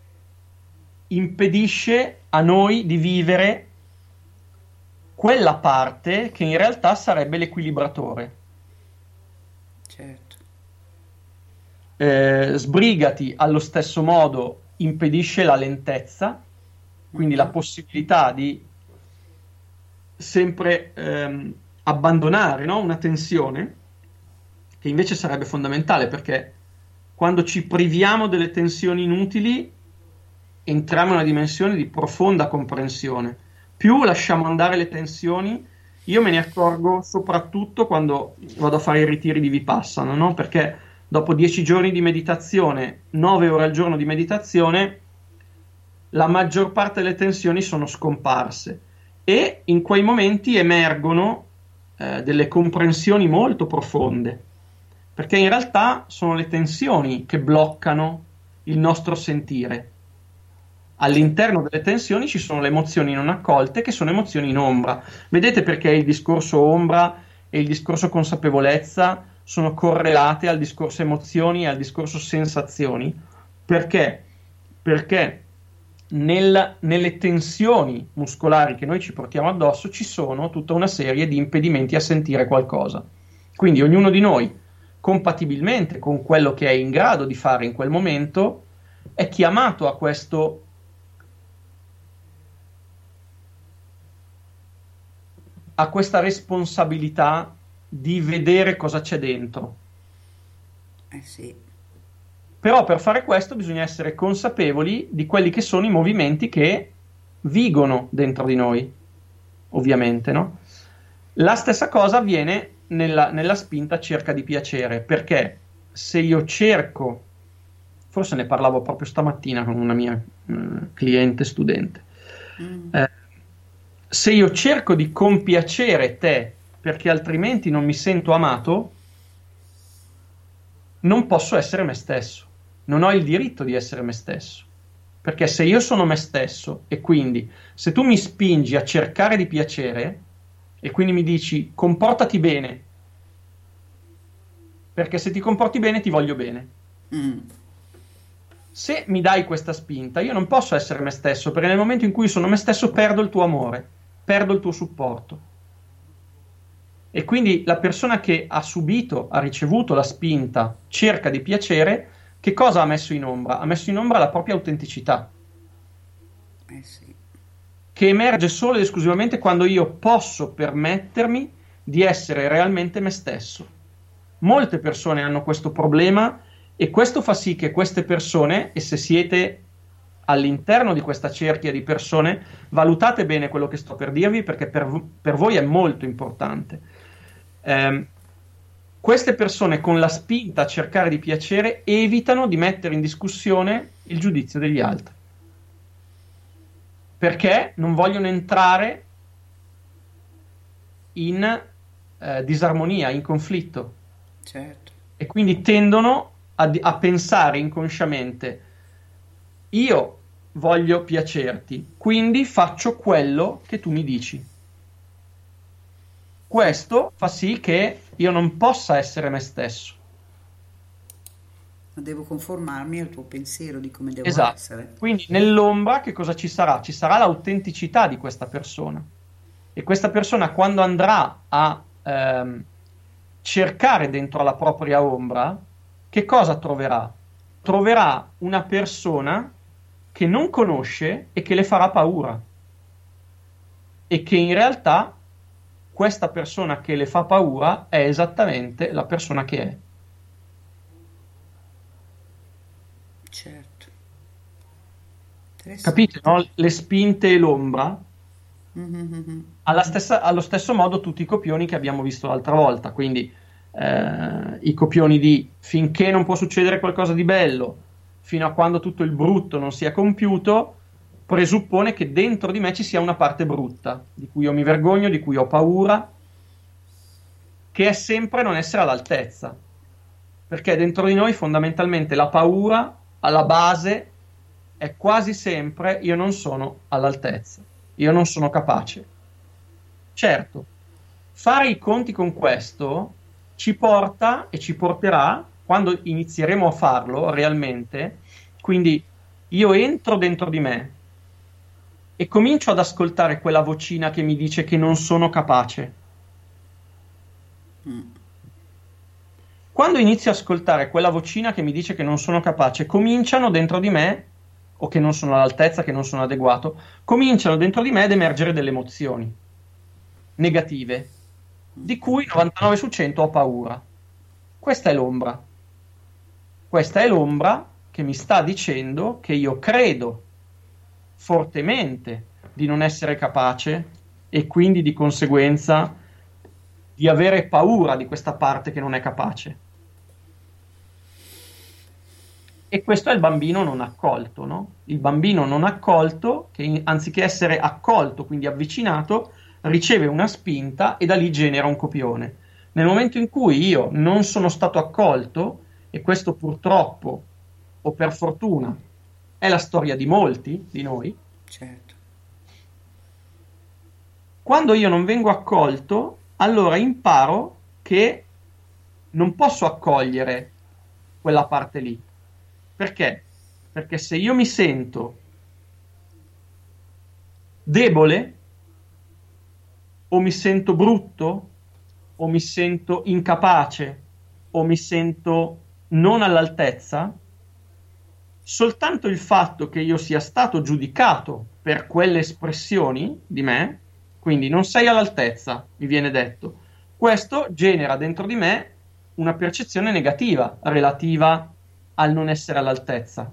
impedisce a noi di vivere quella parte che in realtà sarebbe l'equilibratore. Certo. Sbrigati allo stesso modo impedisce la lentezza, quindi la possibilità di sempre abbandonare, no? Una tensione che invece sarebbe fondamentale, perché quando ci priviamo delle tensioni inutili entriamo in una dimensione di profonda comprensione. Più lasciamo andare le tensioni, io me ne accorgo soprattutto quando vado a fare i ritiri di Vipassana, no? Perché dopo 10 giorni di meditazione, 9 ore al giorno di meditazione, la maggior parte delle tensioni sono scomparse, e in quei momenti emergono delle comprensioni molto profonde, perché in realtà sono le tensioni che bloccano il nostro sentire. All'interno delle tensioni ci sono le emozioni non accolte, che sono emozioni in ombra. Vedete perché il discorso ombra e il discorso consapevolezza sono correlate al discorso emozioni e al discorso sensazioni? Perché? Perché nelle tensioni muscolari che noi ci portiamo addosso ci sono tutta una serie di impedimenti a sentire qualcosa. Quindi ognuno di noi, compatibilmente con quello che è in grado di fare in quel momento, è chiamato a questa responsabilità di vedere cosa c'è dentro. Sì. Però per fare questo bisogna essere consapevoli di quelli che sono i movimenti che vigono dentro di noi, ovviamente, no? La stessa cosa avviene nella spinta cerca di piacere, perché se io cerco, forse ne parlavo proprio stamattina con una mia cliente studente, se io cerco di compiacere te perché altrimenti non mi sento amato, non posso essere me stesso, non ho il diritto di essere me stesso, perché se io sono me stesso e quindi se tu mi spingi a cercare di piacere e quindi mi dici comportati bene, perché se ti comporti bene ti voglio bene, se mi dai questa spinta io non posso essere me stesso, perché nel momento in cui sono me stesso perdo il tuo amore, perdo il tuo supporto. E quindi la persona che ha ricevuto la spinta, cerca di piacere, che cosa ha messo in ombra? Ha messo in ombra la propria autenticità, Sì. che emerge solo ed esclusivamente quando io posso permettermi di essere realmente me stesso. Molte persone hanno questo problema, e questo fa sì che queste persone, e se siete all'interno di questa cerchia di persone, valutate bene quello che sto per dirvi, perché per voi è molto importante. queste persone con la spinta a cercare di piacere evitano di mettere in discussione il giudizio degli altri, perché non vogliono entrare in disarmonia, in conflitto. Certo. E quindi tendono a pensare inconsciamente: io voglio piacerti, quindi faccio quello che tu mi dici. Questo fa sì che io non possa essere me stesso. Ma devo conformarmi al tuo pensiero di come devo Esatto. essere. Quindi nell'ombra che cosa ci sarà? Ci sarà l'autenticità di questa persona. E questa persona, quando andrà a cercare dentro la propria ombra, che cosa troverà? Troverà una persona che non conosce e che le farà paura. E che in realtà questa persona che le fa paura è esattamente la persona che è. Certo. Capite, no? Le spinte e l'ombra. Mm-hmm. Allo stesso modo tutti i copioni che abbiamo visto l'altra volta, quindi i copioni di finché non può succedere qualcosa di bello, fino a quando tutto il brutto non sia compiuto, presuppone che dentro di me ci sia una parte brutta, di cui io mi vergogno, di cui ho paura, che è sempre non essere all'altezza, perché dentro di noi fondamentalmente la paura alla base è quasi sempre: io non sono all'altezza, io non sono capace. Certo, fare i conti con questo ci porta e ci porterà, quando inizieremo a farlo realmente, quindi io entro dentro di me e comincio ad ascoltare quella vocina che mi dice che non sono capace. Quando inizio a ascoltare quella vocina che mi dice che non sono capace, cominciano dentro di me, o che non sono all'altezza, che non sono adeguato, cominciano dentro di me ad emergere delle emozioni negative, di cui 99 su 100 ho paura. Questa è l'ombra. Questa è l'ombra che mi sta dicendo che io credo fortemente di non essere capace e quindi di conseguenza di avere paura di questa parte che non è capace. E questo è il bambino non accolto, no? Il bambino non accolto che anziché essere accolto, quindi avvicinato, riceve una spinta e da lì genera un copione. Nel momento in cui io non sono stato accolto, e questo purtroppo o per fortuna è la storia di molti di noi, certo, quando io non vengo accolto, allora imparo che non posso accogliere quella parte lì. Perché? Perché se io mi sento debole, o mi sento brutto, o mi sento incapace, o mi sento non all'altezza, soltanto il fatto che io sia stato giudicato per quelle espressioni di me, quindi non sei all'altezza, mi viene detto, questo genera dentro di me una percezione negativa relativa al non essere all'altezza.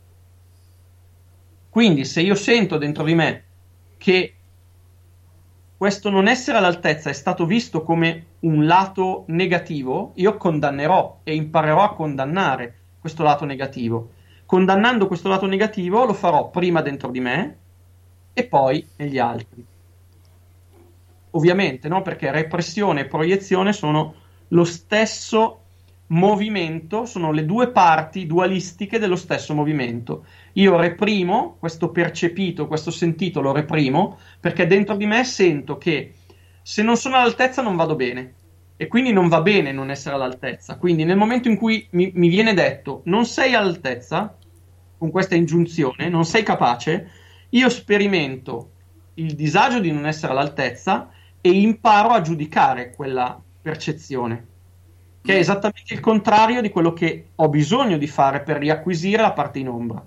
Quindi se io sento dentro di me che questo non essere all'altezza è stato visto come un lato negativo, io condannerò e imparerò a condannare questo lato negativo. Condannando questo lato negativo lo farò prima dentro di me e poi negli altri. Ovviamente, no? Perché repressione e proiezione sono lo stesso movimento, sono le due parti dualistiche dello stesso movimento. Io reprimo questo percepito, questo sentito, lo reprimo perché dentro di me sento che se non sono all'altezza non vado bene e quindi non va bene non essere all'altezza. Quindi nel momento in cui mi viene detto non sei all'altezza, con questa ingiunzione, non sei capace, io sperimento il disagio di non essere all'altezza e imparo a giudicare quella percezione, che è esattamente il contrario di quello che ho bisogno di fare per riacquisire la parte in ombra.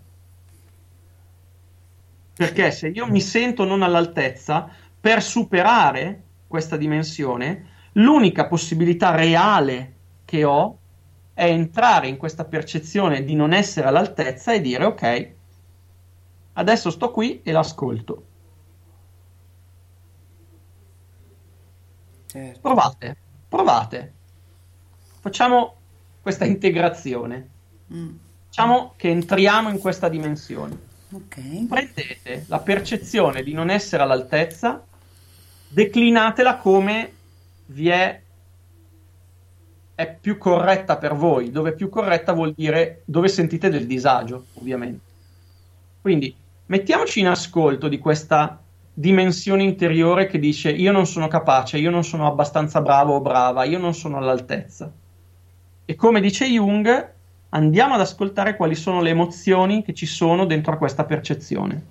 Perché se io mi sento non all'altezza, per superare questa dimensione, l'unica possibilità reale che ho è entrare in questa percezione di non essere all'altezza e dire ok, adesso sto qui e l'ascolto. Certo. Provate. facciamo questa integrazione. Facciamo che entriamo in questa dimensione. Prendete la percezione di non essere all'altezza, declinatela come è più corretta per voi, dove più corretta vuol dire dove sentite del disagio, ovviamente. Quindi mettiamoci in ascolto di questa dimensione interiore che dice: io non sono capace, io non sono abbastanza bravo o brava, io non sono all'altezza. E come dice Jung, andiamo ad ascoltare quali sono le emozioni che ci sono dentro a questa percezione.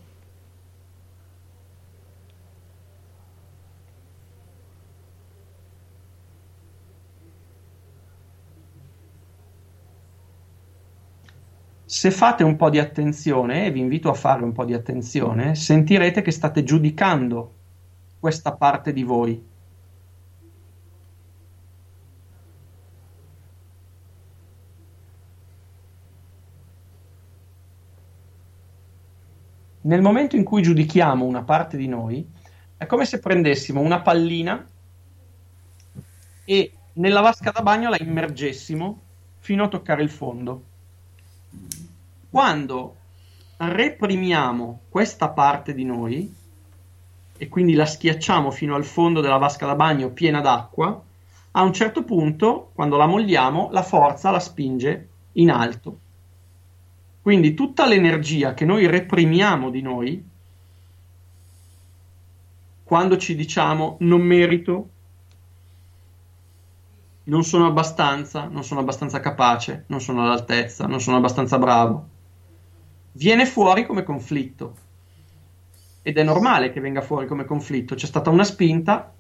Se fate un po' di attenzione, e vi invito a fare un po' di attenzione, sentirete che state giudicando questa parte di voi. Nel momento in cui giudichiamo una parte di noi, è come se prendessimo una pallina e nella vasca da bagno la immergessimo fino a toccare il fondo. Quando reprimiamo questa parte di noi e quindi la schiacciamo fino al fondo della vasca da bagno piena d'acqua, a un certo punto, quando la molliamo, la forza la spinge in alto. Quindi tutta l'energia che noi reprimiamo di noi, quando ci diciamo non merito, non sono abbastanza capace, non sono all'altezza, non sono abbastanza bravo, viene fuori come conflitto. Ed è normale che venga fuori come conflitto. C'è stata una spinta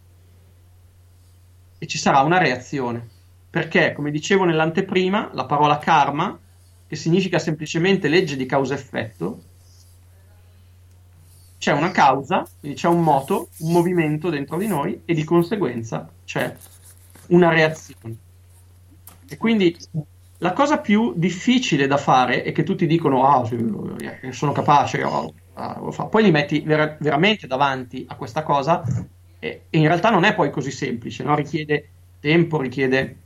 e ci sarà una reazione. Perché, come dicevo nell'anteprima, la parola karma, che significa semplicemente legge di causa-effetto, c'è una causa, quindi c'è un moto, un movimento dentro di noi e di conseguenza c'è una reazione. E quindi la cosa più difficile da fare è che tutti dicono sono capace, lo fa. Poi li metti veramente davanti a questa cosa e in realtà non è poi così semplice, no? Richiede tempo, richiede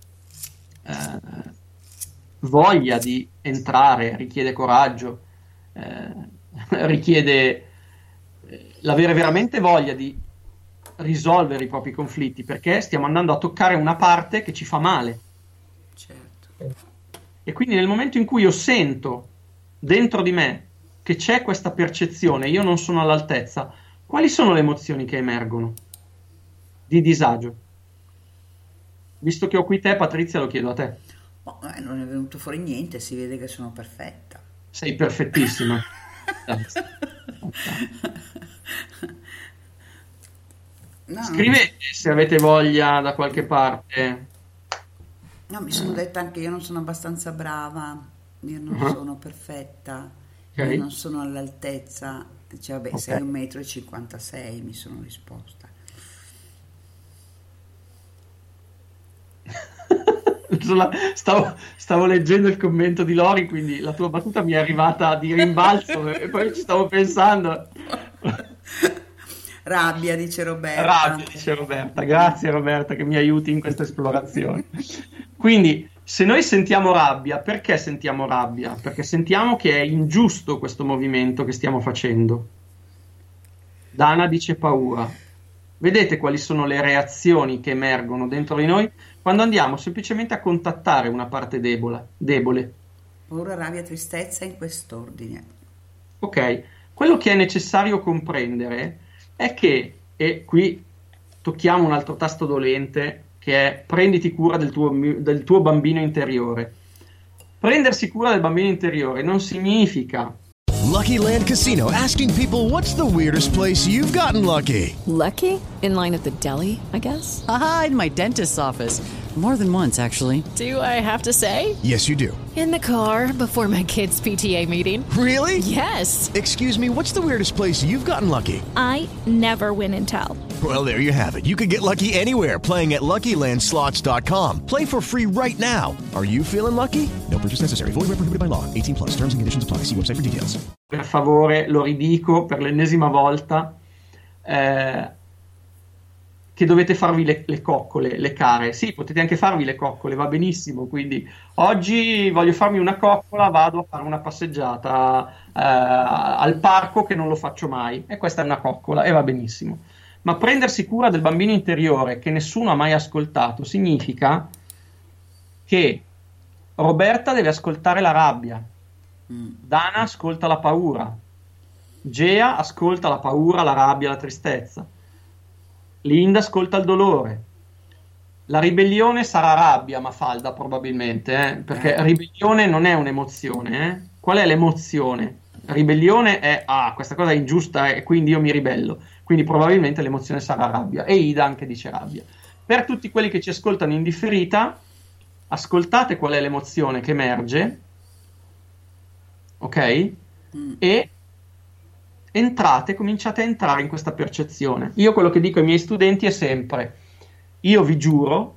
voglia di entrare, richiede coraggio, richiede l'avere veramente voglia di risolvere i propri conflitti, perché stiamo andando a toccare una parte che ci fa male. Certo. E quindi nel momento in cui io sento dentro di me che c'è questa percezione, io non sono all'altezza, quali sono le emozioni che emergono? Di disagio. Visto che ho qui te, Patrizia, lo chiedo a te. Non è venuto fuori niente, si vede che sono perfetta. Sei perfettissima. No, scrivete se avete voglia da qualche parte. No, mi sono detta anche io non sono abbastanza brava, io non sono perfetta, io non sono all'altezza. Dice, vabbè, sei 1,56 m, mi sono risposta. Stavo leggendo il commento di Lori, quindi la tua battuta mi è arrivata di rimbalzo e poi ci stavo pensando. Rabbia, dice Roberta. Grazie Roberta che mi aiuti in questa esplorazione. Quindi, se noi sentiamo rabbia, perché sentiamo rabbia? Perché sentiamo che è ingiusto questo movimento che stiamo facendo. Dana dice paura. Vedete quali sono le reazioni che emergono dentro di noi quando andiamo semplicemente a contattare una parte debole. Paura, rabbia, tristezza, in quest'ordine. Ok, quello che è necessario comprendere è che, e qui tocchiamo un altro tasto dolente, che è prenditi cura del tuo bambino interiore. Prendersi cura del bambino interiore non significa... Lucky Land Casino, asking people, what's the weirdest place you've gotten lucky? Lucky? In line at the deli, I guess? Aha, in my dentist's office. More than once, actually. Do I have to say? Yes, you do. In the car before my kids' PTA meeting. Really? Yes. Excuse me, what's the weirdest place you've gotten lucky? I never win and tell. Well, there you have it. You can get lucky anywhere, playing at LuckyLandSlots.com. Play for free right now. Are you feeling lucky? No purchase necessary. Void where prohibited by law. 18+. Terms and conditions apply. See website for details. Per favore, lo ridico per l'ennesima volta, che che dovete farvi le coccole, le care. Sì, potete anche farvi le coccole, va benissimo. Quindi oggi voglio farmi una coccola, vado a fare una passeggiata al parco che non lo faccio mai. E questa è una coccola e va benissimo. Ma prendersi cura del bambino interiore che nessuno ha mai ascoltato significa che Roberta deve ascoltare la rabbia, Dana ascolta la paura, Gea ascolta la paura, la rabbia, la tristezza, Linda ascolta il dolore. La ribellione sarà rabbia, Mafalda, probabilmente, perché ribellione non è un'emozione. Qual è l'emozione? Ribellione è questa cosa è ingiusta e quindi io mi ribello. Quindi probabilmente l'emozione sarà rabbia. E Ida anche dice rabbia. Per tutti quelli che ci ascoltano in differita, ascoltate qual è l'emozione che emerge, ok? E cominciate a entrare in questa percezione. Io quello che dico ai miei studenti è sempre: io vi giuro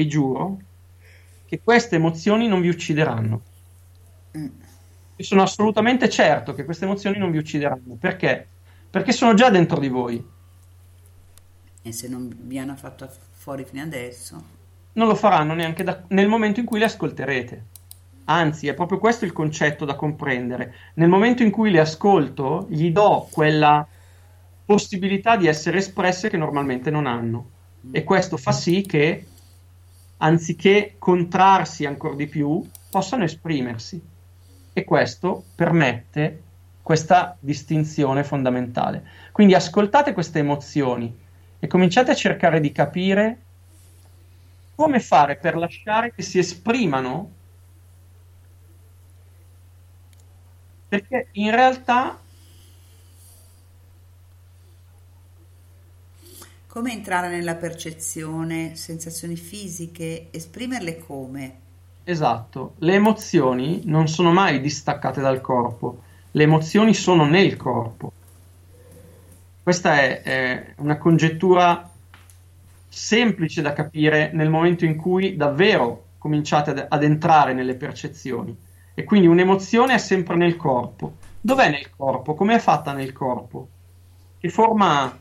che queste emozioni non vi uccideranno. Io sono assolutamente certo che queste emozioni non vi uccideranno. Perché? Perché sono già dentro di voi. E se non vi hanno fatto fuori fino adesso, non lo faranno neanche nel momento in cui le ascolterete. Anzi, è proprio questo il concetto da comprendere. Nel momento in cui le ascolto, gli do quella possibilità di essere espresse che normalmente non hanno. E questo fa sì che, anziché contrarsi ancora di più, possano esprimersi. E questo permette questa distinzione fondamentale. Quindi ascoltate queste emozioni e cominciate a cercare di capire come fare per lasciare che si esprimano, perché in realtà come entrare nella percezione, sensazioni fisiche, esprimerle come? Esatto, le emozioni non sono mai distaccate dal corpo, le emozioni sono nel corpo. Questa è una congettura semplice da capire nel momento in cui davvero cominciate ad entrare nelle percezioni. E quindi un'emozione è sempre nel corpo. Dov'è nel corpo? Come è fatta nel corpo? Che forma ha?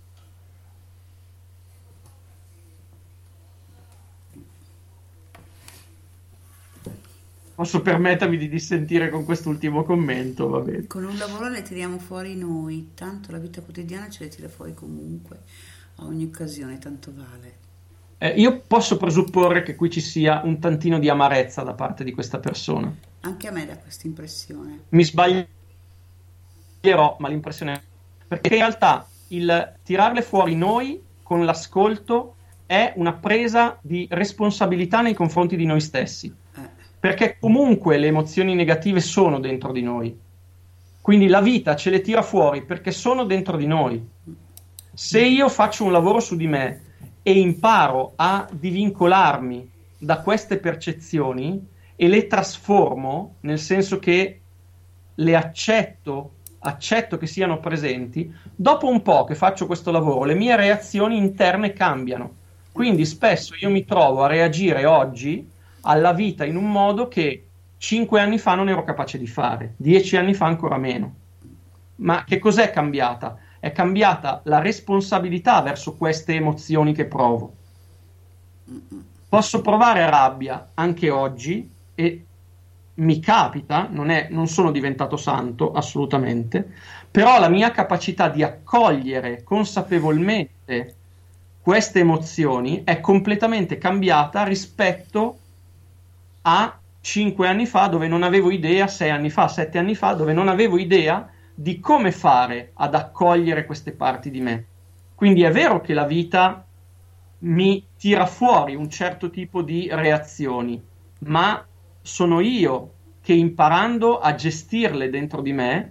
Posso permettermi di dissentire con quest'ultimo commento, va bene. Con un lavoro le tiriamo fuori noi, tanto la vita quotidiana ce le tira fuori comunque, a ogni occasione, tanto vale. Io posso presupporre che qui ci sia un tantino di amarezza da parte di questa persona. Anche a me dà questa impressione. Mi sbaglierò, ma l'impressione è... Perché in realtà il tirarle fuori noi con l'ascolto è una presa di responsabilità nei confronti di noi stessi. Perché comunque le emozioni negative sono dentro di noi. Quindi la vita ce le tira fuori perché sono dentro di noi. Se io faccio un lavoro su di me e imparo a divincolarmi da queste percezioni e le trasformo, nel senso che le accetto che siano presenti, dopo un po' che faccio questo lavoro, le mie reazioni interne cambiano. Quindi spesso io mi trovo a reagire oggi alla vita in un modo che 5 anni fa non ero capace di fare, 10 anni fa ancora meno. Ma che cos'è cambiata? È cambiata la responsabilità verso queste emozioni che provo. Posso provare rabbia anche oggi e mi capita, non sono diventato santo assolutamente, però la mia capacità di accogliere consapevolmente queste emozioni è completamente cambiata rispetto a 5 anni fa, dove non avevo idea, 6 anni fa, 7 anni fa, dove non avevo idea di come fare ad accogliere queste parti di me. Quindi è vero che la vita mi tira fuori un certo tipo di reazioni, ma sono io che, imparando a gestirle dentro di me,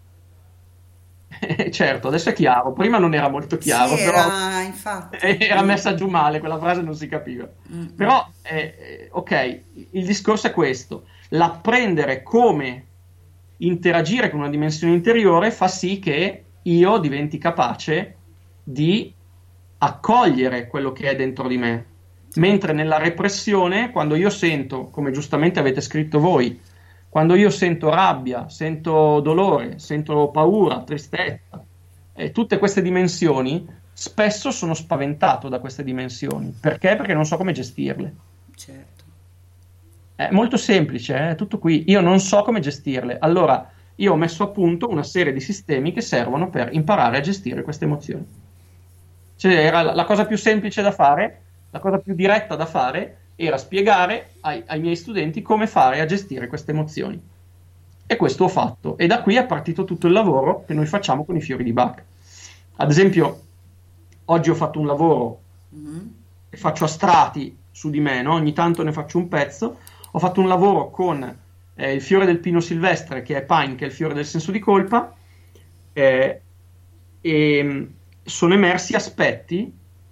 certo, adesso è chiaro, prima non era molto chiaro, sì, però infatti. Era messa giù male, quella frase non si capiva. Però, ok, il discorso è questo: l'apprendere come interagire con una dimensione interiore fa sì che io diventi capace di accogliere quello che è dentro di me. Mentre nella repressione, quando io sento, come giustamente avete scritto voi, quando io sento rabbia, sento dolore, sento paura, tristezza, tutte queste dimensioni, spesso sono spaventato da queste dimensioni. Perché? Perché non so come gestirle. Certo. È molto semplice, è tutto qui. Io non so come gestirle. Allora, io ho messo a punto una serie di sistemi che servono per imparare a gestire queste emozioni. Cioè, era la cosa più semplice da fare, la cosa più diretta da fare, era spiegare ai miei studenti come fare a gestire queste emozioni. E questo ho fatto. E da qui è partito tutto il lavoro che noi facciamo con i fiori di Bach. Ad esempio, oggi ho fatto un lavoro che faccio a strati su di me, no? Ogni tanto ne faccio un pezzo. Ho fatto un lavoro con il fiore del pino silvestre, che è Pine, che è il fiore del senso di colpa, e sono emersi aspetti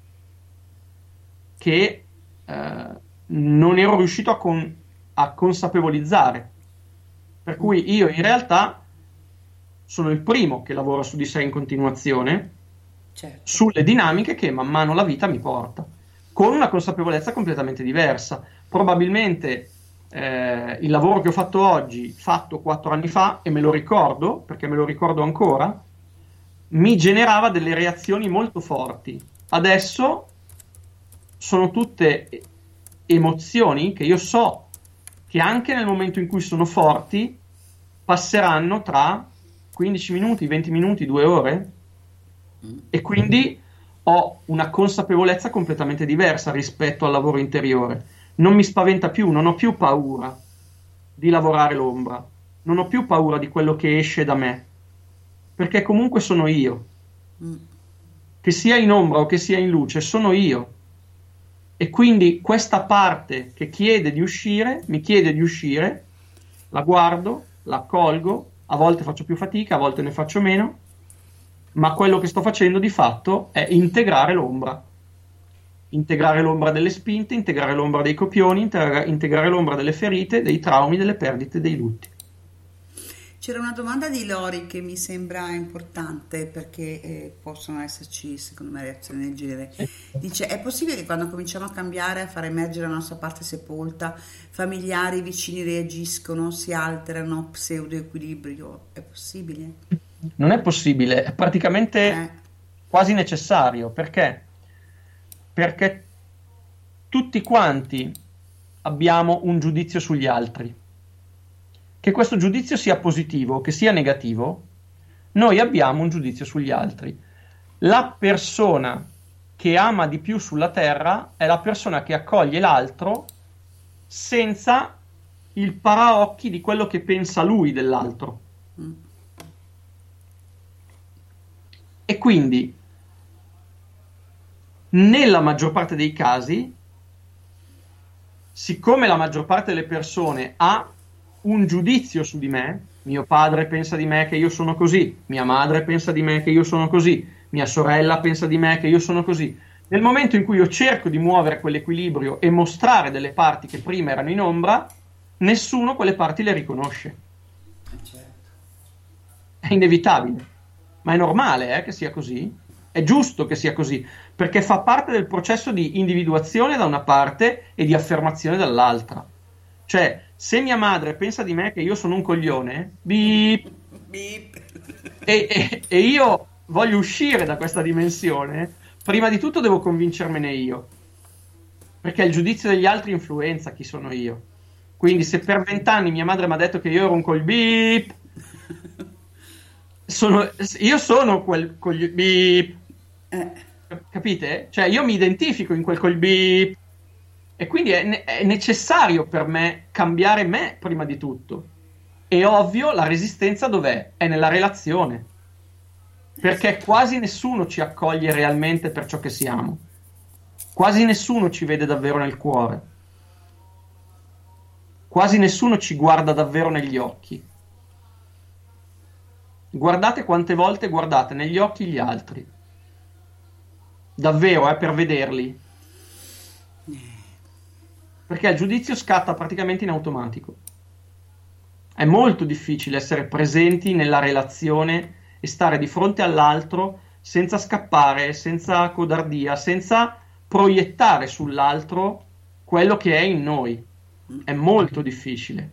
che non ero riuscito a consapevolizzare. Per cui io in realtà sono il primo che lavora su di sé in continuazione, certo, sulle dinamiche che man mano la vita mi porta, con una consapevolezza completamente diversa. Probabilmente il lavoro che ho fatto oggi, fatto 4 anni fa, e me lo ricordo, perché me lo ricordo ancora, mi generava delle reazioni molto forti. Adesso sono tutte emozioni che io so che anche nel momento in cui sono forti passeranno tra 15 minuti, 20 minuti, 2 ore, e quindi ho una consapevolezza completamente diversa rispetto al lavoro interiore. Non mi spaventa più, non ho più paura di lavorare l'ombra, non ho più paura di quello che esce da me, perché comunque sono io. Che sia in ombra o che sia in luce, sono io. E quindi questa parte che chiede di uscire, mi chiede di uscire, la guardo, la accolgo, a volte faccio più fatica, a volte ne faccio meno, ma quello che sto facendo di fatto è integrare l'ombra delle spinte, integrare l'ombra dei copioni, integrare l'ombra delle ferite, dei traumi, delle perdite, dei lutti. C'era una domanda di Lori che mi sembra importante, perché possono esserci, secondo me, reazioni del genere. Dice: è possibile che quando cominciamo a cambiare, a far emergere la nostra parte sepolta, familiari, vicini reagiscono, si alterano, pseudo-equilibrio? È possibile? Non è possibile, è praticamente quasi necessario. Perché? Perché tutti quanti abbiamo un giudizio sugli altri. Che questo giudizio sia positivo, che sia negativo, noi abbiamo un giudizio sugli altri. La persona che ama di più sulla terra è la persona che accoglie l'altro senza il paraocchi di quello che pensa lui dell'altro. E quindi, nella maggior parte dei casi, siccome la maggior parte delle persone ha un giudizio su di me, mio padre pensa di me che io sono così, mia madre pensa di me che io sono così, mia sorella pensa di me che io sono così. Nel momento in cui io cerco di muovere quell'equilibrio e mostrare delle parti che prima erano in ombra, nessuno quelle parti le riconosce. È inevitabile, ma è normale che sia così, è giusto che sia così, perché fa parte del processo di individuazione da una parte e di affermazione dall'altra. Cioè, se mia madre pensa di me che io sono un coglione, beep, e io voglio uscire da questa dimensione, prima di tutto devo convincermene io, perché il giudizio degli altri influenza chi sono io. Quindi se per 20 anni mia madre mi ha detto che io ero un beep, io sono quel beep, capite? Cioè io mi identifico in quel beep. E quindi è necessario per me cambiare me prima di tutto. E ovvio, la resistenza dov'è? È nella relazione. Perché quasi nessuno ci accoglie realmente per ciò che siamo. Quasi nessuno ci vede davvero nel cuore. Quasi nessuno ci guarda davvero negli occhi. Guardate quante volte guardate negli occhi gli altri. Davvero, per vederli. Perché il giudizio scatta praticamente in automatico. È molto difficile essere presenti nella relazione e stare di fronte all'altro senza scappare, senza codardia, senza proiettare sull'altro quello che è in noi. È molto difficile.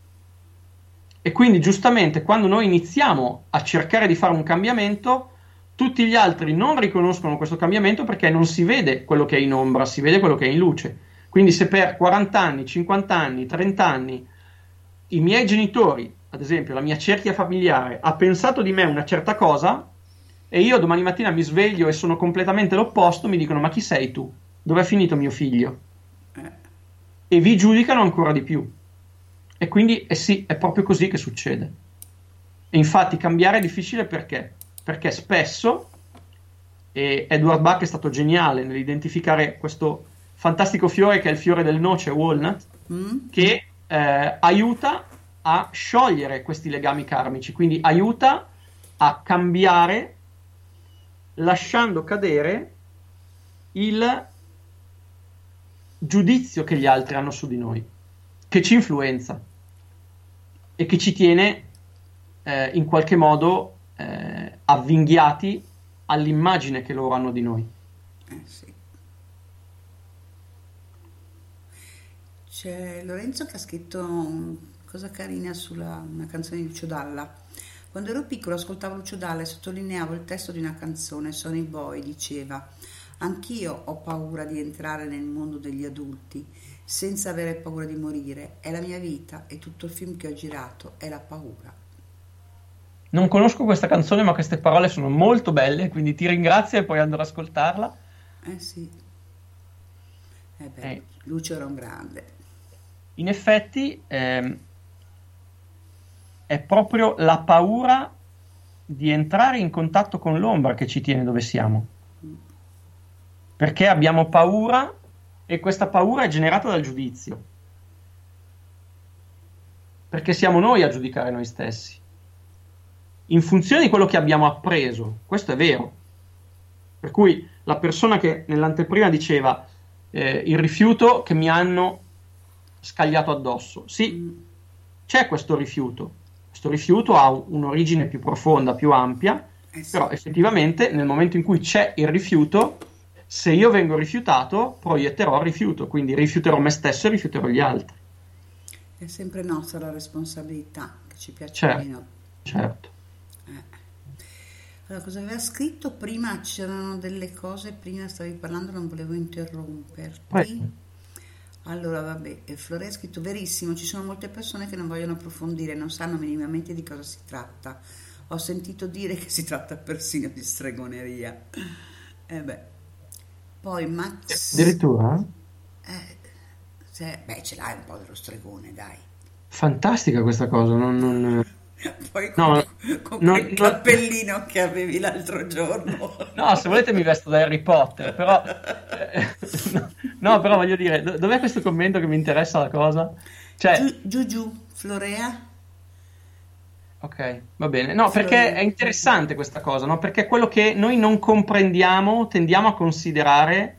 E quindi giustamente quando noi iniziamo a cercare di fare un cambiamento, Tutti gli altri non riconoscono questo cambiamento perché non si vede quello che è in ombra, si vede quello che è in luce. Quindi se per 40 anni, 50 anni, 30 anni i miei genitori, ad esempio la mia cerchia familiare, ha pensato di me una certa cosa e io domani mattina mi sveglio e sono completamente l'opposto, mi dicono: ma chi sei tu? Dov'è finito mio figlio? E vi giudicano ancora di più. E quindi sì, è proprio così che succede. E infatti cambiare è difficile perché? Perché spesso, e Edward Bach è stato geniale nell'identificare questo fantastico fiore che è il fiore del noce, walnut, che aiuta a sciogliere questi legami karmici, quindi aiuta a cambiare lasciando cadere il giudizio che gli altri hanno su di noi, che ci influenza e che ci tiene in qualche modo avvinghiati all'immagine che loro hanno di noi. Sì. C'è Lorenzo che ha scritto una cosa carina sulla una canzone di Lucio Dalla. Quando ero piccolo ascoltavo Lucio Dalla e sottolineavo il testo di una canzone. Sonny Boy diceva: anch'io ho paura di entrare nel mondo degli adulti senza avere paura di morire. È la mia vita e tutto il film che ho girato è la paura. Non conosco questa canzone, ma queste parole sono molto belle, quindi ti ringrazio e poi andrò ad ascoltarla. Sì. Lucio era un grande. In effetti è proprio la paura di entrare in contatto con l'ombra che ci tiene dove siamo. Perché abbiamo paura e questa paura è generata dal giudizio. Perché siamo noi a giudicare noi stessi. In funzione di quello che abbiamo appreso, questo è vero. Per cui la persona che nell'anteprima diceva il rifiuto che mi hanno scagliato addosso, sì, c'è questo rifiuto ha un'origine più profonda, più ampia, però effettivamente nel momento in cui c'è il rifiuto, se io vengo rifiutato proietterò il rifiuto, quindi rifiuterò me stesso e rifiuterò gli altri. È sempre nostra la responsabilità, che ci piace o meno. Certo. Allora, cosa aveva scritto? Prima c'erano delle cose, prima stavi parlando, non volevo interromperti. Allora, vabbè, Flore ha scritto: verissimo, ci sono molte persone che non vogliono approfondire, non sanno minimamente di cosa si tratta. Ho sentito dire che si tratta persino di stregoneria. Poi Max... Addirittura? Ce l'hai un po' dello stregone, dai. Fantastica questa cosa, Poi con quel cappellino che avevi l'altro giorno. No, se volete mi vesto da Harry Potter, però però voglio dire, dov'è questo commento che mi interessa la cosa? Cioè giù, Florea. Ok, va bene. No, perché è interessante questa cosa, no? Perché quello che noi non comprendiamo tendiamo a considerare,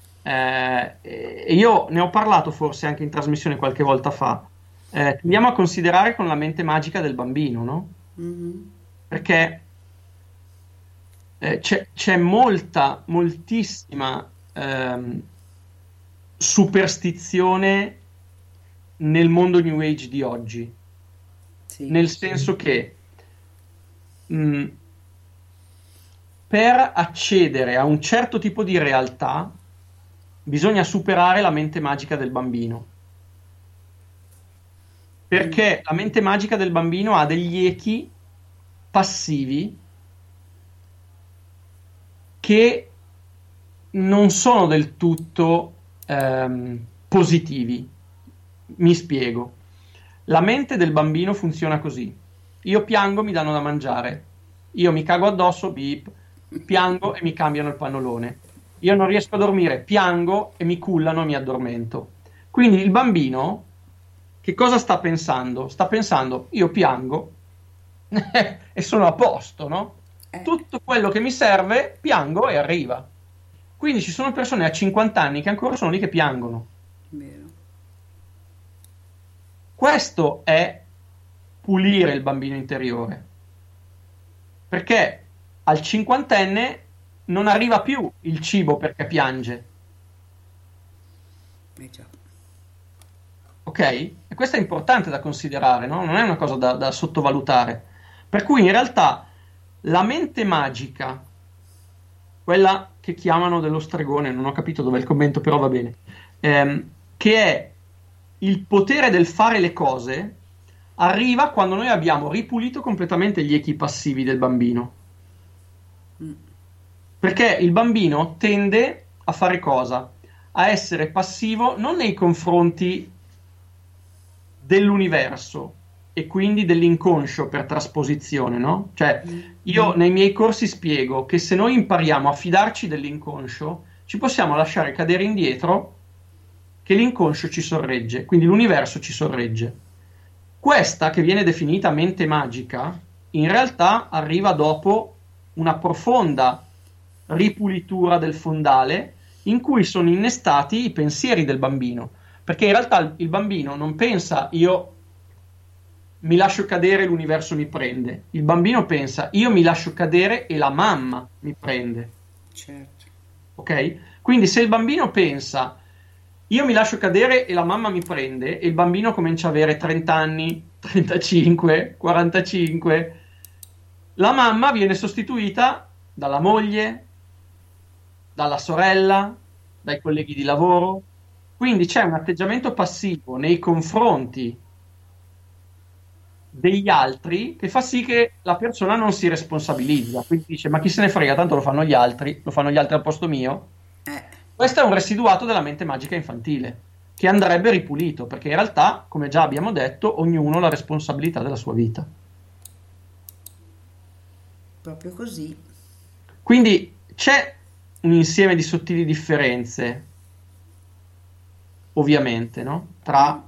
e io ne ho parlato forse anche in trasmissione qualche volta fa, tendiamo a considerare con la mente magica del bambino, no? Perché c'è moltissima superstizione nel mondo New Age di oggi, nel senso che per accedere a un certo tipo di realtà bisogna superare la mente magica del bambino, perché la mente magica del bambino ha degli echi passivi che non sono del tutto positivi. Mi spiego. La mente del bambino funziona così: io piango, mi danno da mangiare, io mi cago addosso, beep, piango e mi cambiano il pannolone, io non riesco a dormire, piango e mi cullano e mi addormento. Quindi il bambino che cosa sta pensando? Sta pensando: io piango e sono a posto, no? Tutto quello che mi serve piango e arriva. Quindi ci sono persone a 50 anni che ancora sono lì che piangono. Vero. Questo è pulire il bambino interiore, perché al cinquantenne non arriva più il cibo perché piange. Ok? E questo è importante da considerare, no? Non è una cosa da sottovalutare. Per cui in realtà la mente magica quella che chiamano dello stregone, non ho capito dov'è il commento, però va bene, che è il potere del fare le cose, arriva quando noi abbiamo ripulito completamente gli echi passivi del bambino. Perché il bambino tende a fare cosa? A essere passivo non nei confronti dell'universo e quindi dell'inconscio per trasposizione, no? Cioè, io nei miei corsi spiego che se noi impariamo a fidarci dell'inconscio, ci possiamo lasciare cadere indietro, che l'inconscio ci sorregge, quindi l'universo ci sorregge. Questa, che viene definita mente magica, in realtà arriva dopo una profonda ripulitura del fondale in cui sono innestati i pensieri del bambino, perché in realtà il bambino non pensa io mi lascio cadere e l'universo mi prende, il bambino pensa io mi lascio cadere e la mamma mi prende. Certo. Ok? Quindi se il bambino pensa io mi lascio cadere e la mamma mi prende, e il bambino comincia a avere 30 anni, 35, 45, la mamma viene sostituita dalla moglie, dalla sorella, dai colleghi di lavoro. Quindi c'è un atteggiamento passivo nei confronti degli altri che fa sì che la persona non si responsabilizza, quindi dice ma chi se ne frega, tanto lo fanno gli altri al posto mio. Questo è un residuato della mente magica infantile che andrebbe ripulito, perché in realtà, come già abbiamo detto, ognuno ha la responsabilità della sua vita. Proprio così. Quindi c'è un insieme di sottili differenze, ovviamente, no? Tra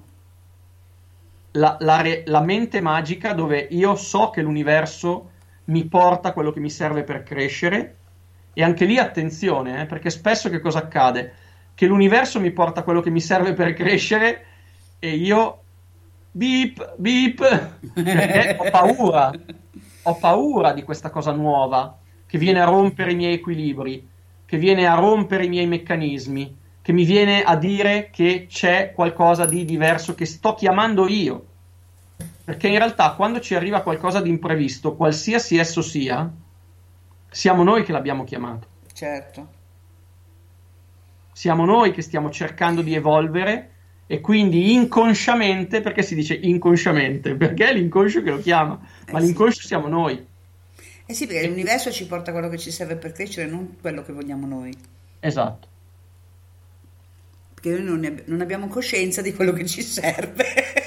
la mente magica, dove io so che l'universo mi porta quello che mi serve per crescere, e anche lì attenzione, perché spesso che cosa accade? Che l'universo mi porta quello che mi serve per crescere e io beep, perché ho paura di questa cosa nuova che viene a rompere i miei equilibri, che viene a rompere i miei meccanismi, che mi viene a dire che c'è qualcosa di diverso che sto chiamando io. Perché in realtà quando ci arriva qualcosa di imprevisto, qualsiasi esso sia, siamo noi che l'abbiamo chiamato. Certo. Siamo noi che stiamo cercando di evolvere e quindi inconsciamente, perché si dice inconsciamente? Perché è l'inconscio che lo chiama, ma l'inconscio siamo noi. Eh sì, perché l'universo ci porta quello che ci serve per crescere, non quello che vogliamo noi. Esatto. Perché noi non abbiamo coscienza di quello che ci serve.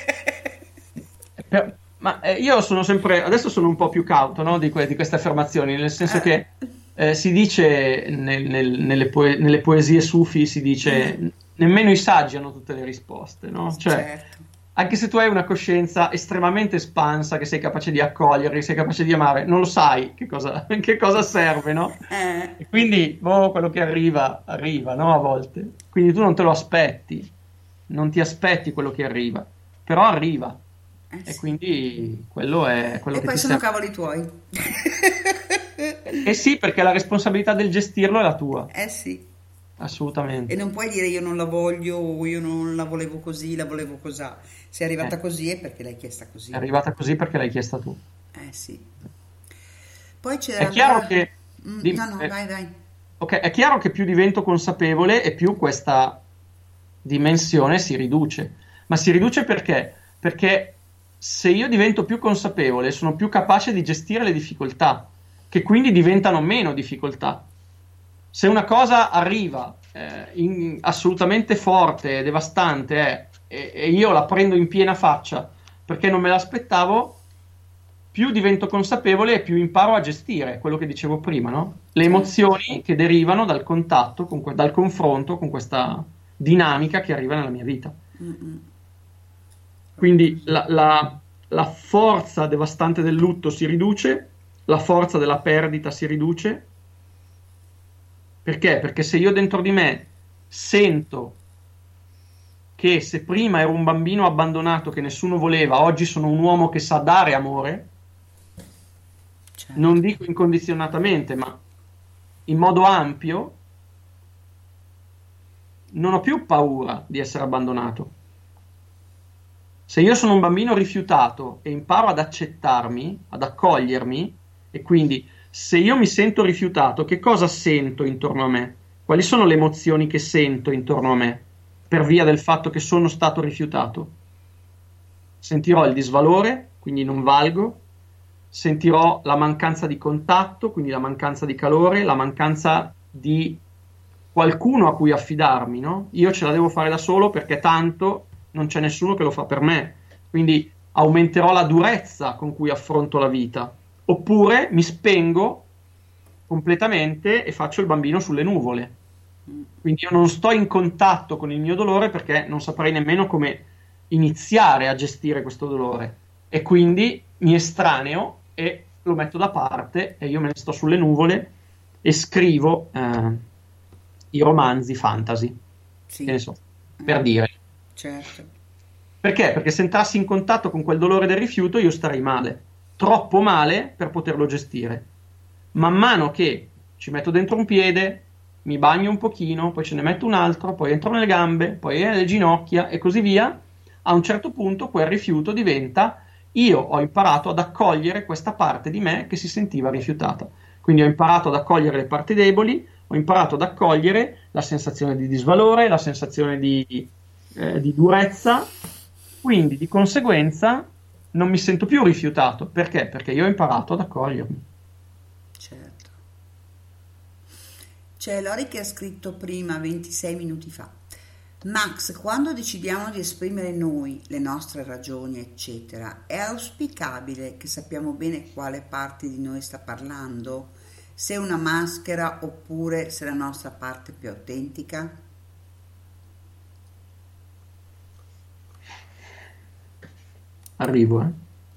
Io sono sempre, adesso sono un po' più cauto, no, di queste affermazioni, nel senso che si dice nelle poesie sufi, si dice nemmeno i saggi hanno tutte le risposte, no? Cioè, certo. Anche se tu hai una coscienza estremamente espansa, che sei capace di accogliere, che sei capace di amare, non lo sai che cosa serve, no? E quindi quello che arriva, no, a volte. Quindi tu non te lo aspetti, non ti aspetti quello che arriva, però arriva. E quindi quello è quello che poi ti sono serve. cavoli tuoi. Eh sì, perché la responsabilità del gestirlo è la tua. Sì. Assolutamente. E non puoi dire io non la voglio, o io non la volevo così, la volevo cosà. Se è arrivata così è perché l'hai chiesta così. È arrivata così perché l'hai chiesta tu. Sì. Poi c'è è chiaro che vai. Ok, è chiaro che più divento consapevole e più questa dimensione si riduce. Ma si riduce perché? Perché se io divento più consapevole, sono più capace di gestire le difficoltà, che quindi diventano meno difficoltà. Se una cosa arriva assolutamente forte, devastante, e io la prendo in piena faccia perché non me l'aspettavo, più divento consapevole e più imparo a gestire quello che dicevo prima, no? Le emozioni che derivano dal contatto, dal confronto con questa dinamica che arriva nella mia vita. Quindi la forza devastante del lutto si riduce, la forza della perdita si riduce. Perché? Perché se io dentro di me sento che se prima ero un bambino abbandonato che nessuno voleva, oggi sono un uomo che sa dare amore, certo. Non dico incondizionatamente, ma in modo ampio, non ho più paura di essere abbandonato. Se io sono un bambino rifiutato e imparo ad accettarmi, ad accogliermi, e quindi se io mi sento rifiutato, che cosa sento intorno a me? Quali sono le emozioni che sento intorno a me per via del fatto che sono stato rifiutato? Sentirò il disvalore, quindi non valgo, sentirò la mancanza di contatto, quindi la mancanza di calore, la mancanza di qualcuno a cui affidarmi, no? Io ce la devo fare da solo perché tanto non c'è nessuno che lo fa per me, quindi aumenterò la durezza con cui affronto la vita, oppure mi spengo completamente e faccio il bambino sulle nuvole. Quindi io non sto in contatto con il mio dolore perché non saprei nemmeno come iniziare a gestire questo dolore, e quindi mi estraneo e lo metto da parte e io me ne sto sulle nuvole e scrivo i romanzi fantasy, Sì. che ne so, per dire. Certo. Perché? Perché se entrassi in contatto con quel dolore del rifiuto io starei male, troppo male per poterlo gestire. Man mano che ci metto dentro un piede, mi bagno un pochino, poi ce ne metto un altro, poi entro nelle gambe, poi nelle ginocchia e così via, a un certo punto quel rifiuto diventa: io ho imparato ad accogliere questa parte di me che si sentiva rifiutata. Quindi ho imparato ad accogliere le parti deboli, ho imparato ad accogliere la sensazione di disvalore, la sensazione di durezza, quindi di conseguenza non mi sento più rifiutato. Perché? Perché io ho imparato ad accogliermi. Certo. C'è Lori che ha scritto prima, 26 minuti fa: Max, quando decidiamo di esprimere noi le nostre ragioni, eccetera, è auspicabile che sappiamo bene quale parte di noi sta parlando, se è una maschera oppure se è la nostra parte più autentica? Arrivo,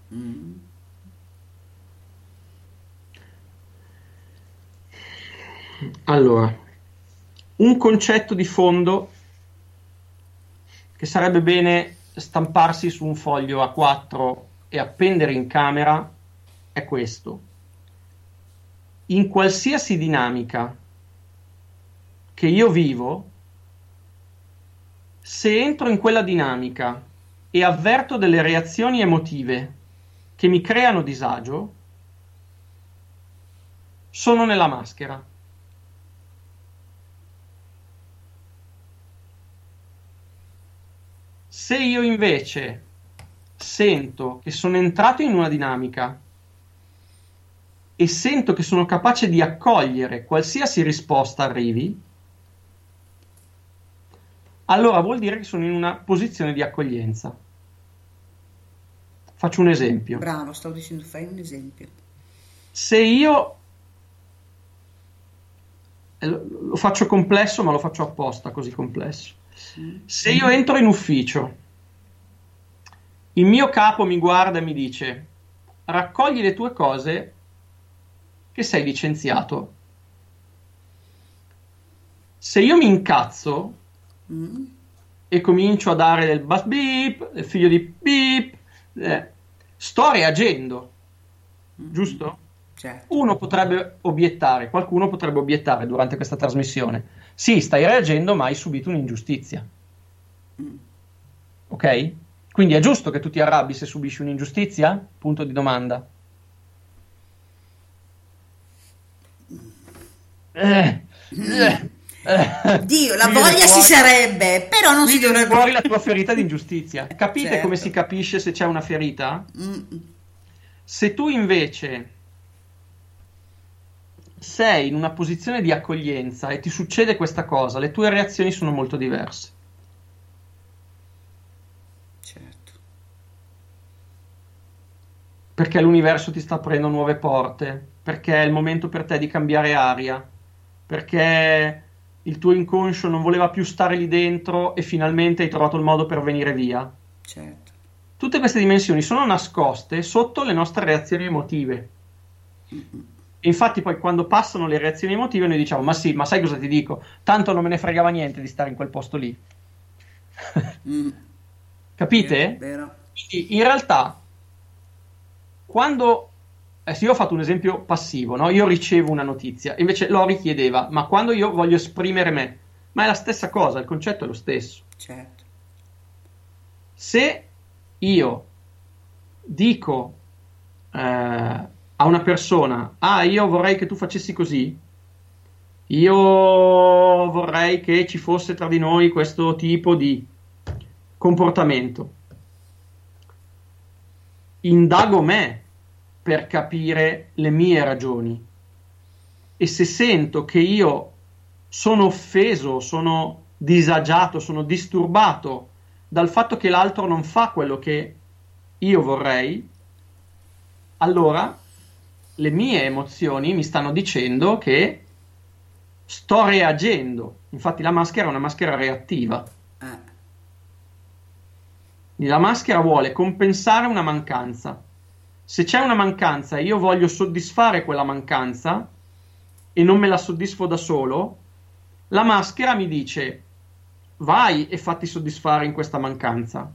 Allora, un concetto di fondo che sarebbe bene stamparsi su un foglio A4 e appendere in camera è questo: in qualsiasi dinamica che io vivo, se entro in quella dinamica e avverto delle reazioni emotive che mi creano disagio, sono nella maschera. Se io invece sento che sono entrato in una dinamica e sento che sono capace di accogliere qualsiasi risposta arrivi, allora vuol dire che sono in una posizione di accoglienza. Faccio un esempio. Bravo, stavo dicendo, fai un esempio. Se io lo faccio complesso, ma lo faccio apposta così complesso. Se io entro in ufficio, il mio capo mi guarda e mi dice: raccogli le tue cose che sei licenziato. Se io mi incazzo e comincio a dare del bus beep, del figlio di beep, sto reagendo, giusto? Certo. Qualcuno potrebbe obiettare durante questa trasmissione: sì, stai reagendo, ma hai subito un'ingiustizia. Ok? Quindi è giusto che tu ti arrabbi se subisci un'ingiustizia? Punto di domanda. Dio, la voglia ci sarebbe, però non si dovrebbe. Fuori la tua ferita di ingiustizia. Capite Certo. come si capisce se c'è una ferita? Se tu invece sei in una posizione di accoglienza e ti succede questa cosa, le tue reazioni sono molto diverse. Certo. Perché l'universo ti sta aprendo nuove porte, perché è il momento per te di cambiare aria, perché il tuo inconscio non voleva più stare lì dentro e finalmente hai trovato il modo per venire via. Certo. Tutte queste dimensioni sono nascoste sotto le nostre reazioni emotive. E infatti poi quando passano le reazioni emotive noi diciamo: ma sì, ma sai cosa ti dico? Tanto non me ne fregava niente di stare in quel posto lì. Capite? Vero. Quindi, in realtà, quando io ho fatto un esempio passivo, no? Io ricevo una notizia, invece Lori chiedeva: ma quando io voglio esprimere me? Ma è la stessa cosa, il concetto è lo stesso. Certo. Se io dico a una persona: io vorrei che tu facessi così, io vorrei che ci fosse tra di noi questo tipo di comportamento, indago me per capire le mie ragioni, e se sento che io sono offeso, sono disagiato, sono disturbato dal fatto che l'altro non fa quello che io vorrei, allora le mie emozioni mi stanno dicendo che sto reagendo. Infatti la maschera è una maschera reattiva. La maschera vuole compensare una mancanza. Se c'è una mancanza e io voglio soddisfare quella mancanza e non me la soddisfo da solo, la maschera mi dice: vai e fatti soddisfare in questa mancanza.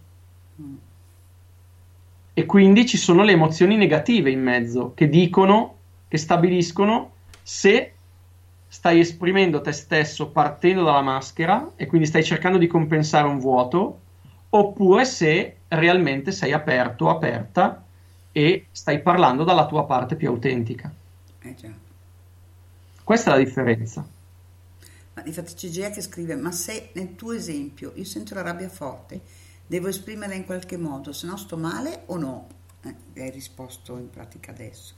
E quindi ci sono le emozioni negative in mezzo che dicono, che stabiliscono se stai esprimendo te stesso partendo dalla maschera e quindi stai cercando di compensare un vuoto, oppure se realmente sei aperto o aperta e stai parlando dalla tua parte più autentica. Già. Questa è la differenza. Ma infatti c'è Gia che scrive: ma se nel tuo esempio io sento la rabbia forte, devo esprimerla in qualche modo, se no sto male o no? Hai risposto in pratica adesso.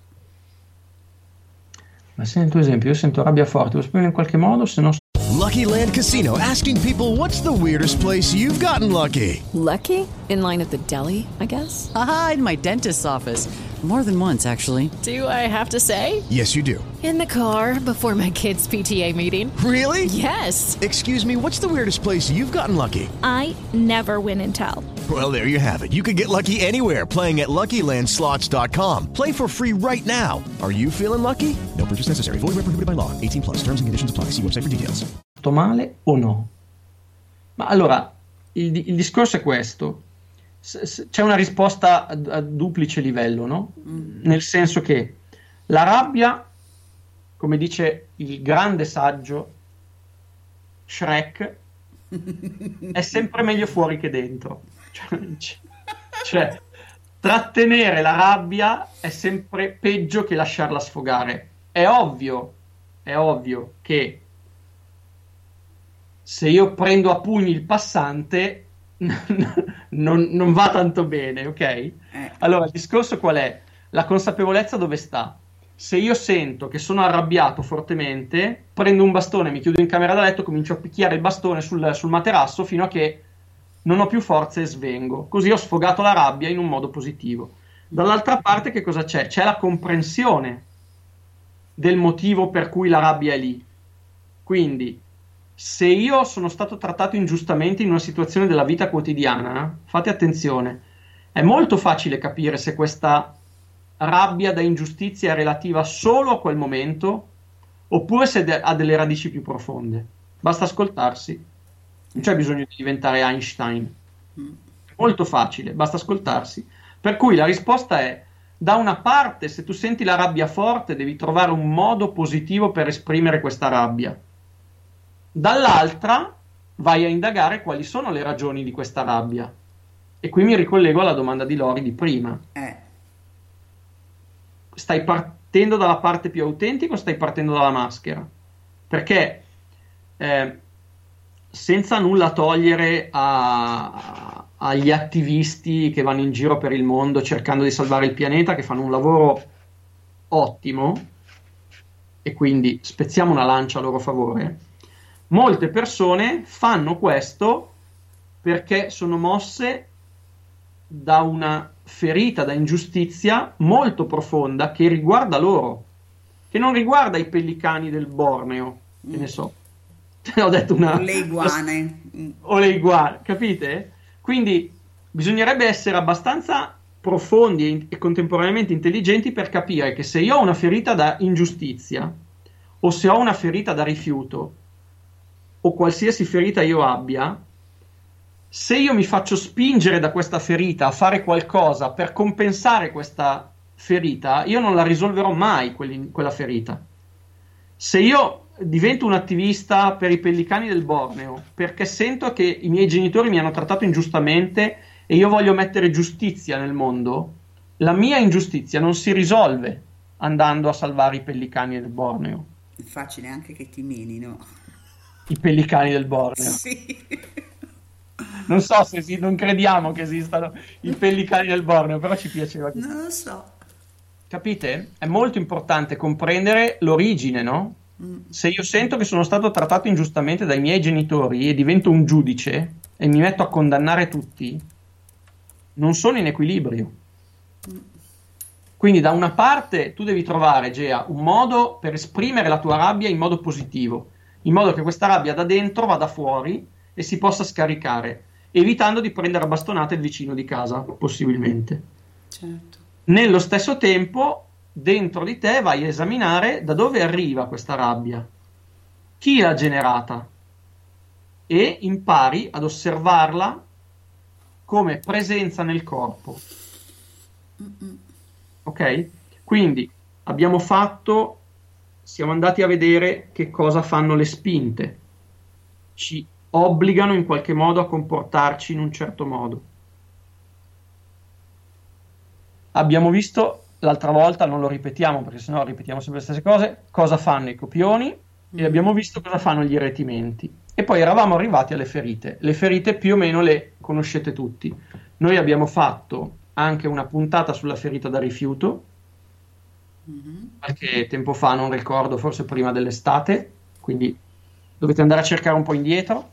Ma se nel tuo esempio io sento rabbia forte, devo esprimerla in qualche modo, se no sto... Lucky Land Casino, asking people, what's the weirdest place you've gotten lucky? Lucky? In line at the deli, I guess? Aha, in my dentist's office. More than once, actually. Do I have to say? Yes, you do. In the car before my kids' PTA meeting. Really? Yes. Excuse me, what's the weirdest place you've gotten lucky? I never win and tell. Well, there you have it. You can get lucky anywhere, playing at LuckyLandSlots.com. Play for free right now. Are you feeling lucky? No purchase necessary. Void where prohibited by law. 18+. Terms and conditions apply. See website for details. Sto male o no? Ma allora, il discorso è questo. C'è una risposta a duplice livello, no? Nel senso che la rabbia, come dice il grande saggio Shrek, è sempre meglio fuori che dentro. Cioè, trattenere la rabbia è sempre peggio che lasciarla sfogare. È ovvio che se io prendo a pugni il passante non va tanto bene, ok? Allora il discorso qual è? La consapevolezza dove sta? Se io sento che sono arrabbiato fortemente, prendo un bastone, mi chiudo in camera da letto, comincio a picchiare il bastone sul materasso fino a che non ho più forze e svengo. Così ho sfogato la rabbia in un modo positivo. Dall'altra parte che cosa c'è? C'è la comprensione del motivo per cui la rabbia è lì. Quindi se io sono stato trattato ingiustamente in una situazione della vita quotidiana, fate attenzione, è molto facile capire se questa rabbia da ingiustizia è relativa solo a quel momento oppure se ha delle radici più profonde. Basta ascoltarsi, non c'è bisogno di diventare Einstein, molto facile, basta ascoltarsi. Per cui la risposta è: da una parte, se tu senti la rabbia forte, devi trovare un modo positivo per esprimere questa rabbia. Dall'altra vai a indagare quali sono le ragioni di questa rabbia. E qui mi ricollego alla domanda di Lori di prima. Stai partendo dalla parte più autentica o stai partendo dalla maschera? Perché senza nulla togliere agli attivisti che vanno in giro per il mondo cercando di salvare il pianeta, che fanno un lavoro ottimo e quindi spezziamo una lancia a loro favore, molte persone fanno questo perché sono mosse da una ferita, da ingiustizia molto profonda che riguarda loro, che non riguarda i pellicani del Borneo, che ne so, ho detto una... Le iguane. O le iguane, capite? Quindi bisognerebbe essere abbastanza profondi e contemporaneamente intelligenti per capire che se io ho una ferita da ingiustizia o se ho una ferita da rifiuto o qualsiasi ferita io abbia, se io mi faccio spingere da questa ferita a fare qualcosa per compensare questa ferita, io non la risolverò mai quella ferita. Se io divento un attivista per i pellicani del Borneo perché sento che i miei genitori mi hanno trattato ingiustamente e io voglio mettere giustizia nel mondo, la mia ingiustizia non si risolve andando a salvare i pellicani del Borneo. È facile anche che ti menino. I pellicani del Borneo. Sì. Non so se non crediamo che esistano i pellicani del Borneo, però ci piaceva. Non lo so. Capite? È molto importante comprendere l'origine, no? Se io sento che sono stato trattato ingiustamente dai miei genitori e divento un giudice e mi metto a condannare tutti, non sono in equilibrio. Quindi da una parte tu devi trovare, Gea, un modo per esprimere la tua rabbia in modo positivo, in modo che questa rabbia da dentro vada fuori e si possa scaricare, evitando di prendere a bastonate il vicino di casa, possibilmente. Certo. Nello stesso tempo, dentro di te vai a esaminare da dove arriva questa rabbia, chi l'ha generata, e impari ad osservarla come presenza nel corpo. Ok? Quindi siamo andati a vedere che cosa fanno le spinte, ci obbligano in qualche modo a comportarci in un certo modo. Abbiamo visto l'altra volta, non lo ripetiamo perché sennò ripetiamo sempre le stesse cose, cosa fanno i copioni, e abbiamo visto cosa fanno gli irretimenti. E poi eravamo arrivati alle ferite. Le ferite più o meno le conoscete tutti. Noi abbiamo fatto anche una puntata sulla ferita da rifiuto, qualche tempo fa, non ricordo, forse prima dell'estate, quindi dovete andare a cercare un po' indietro.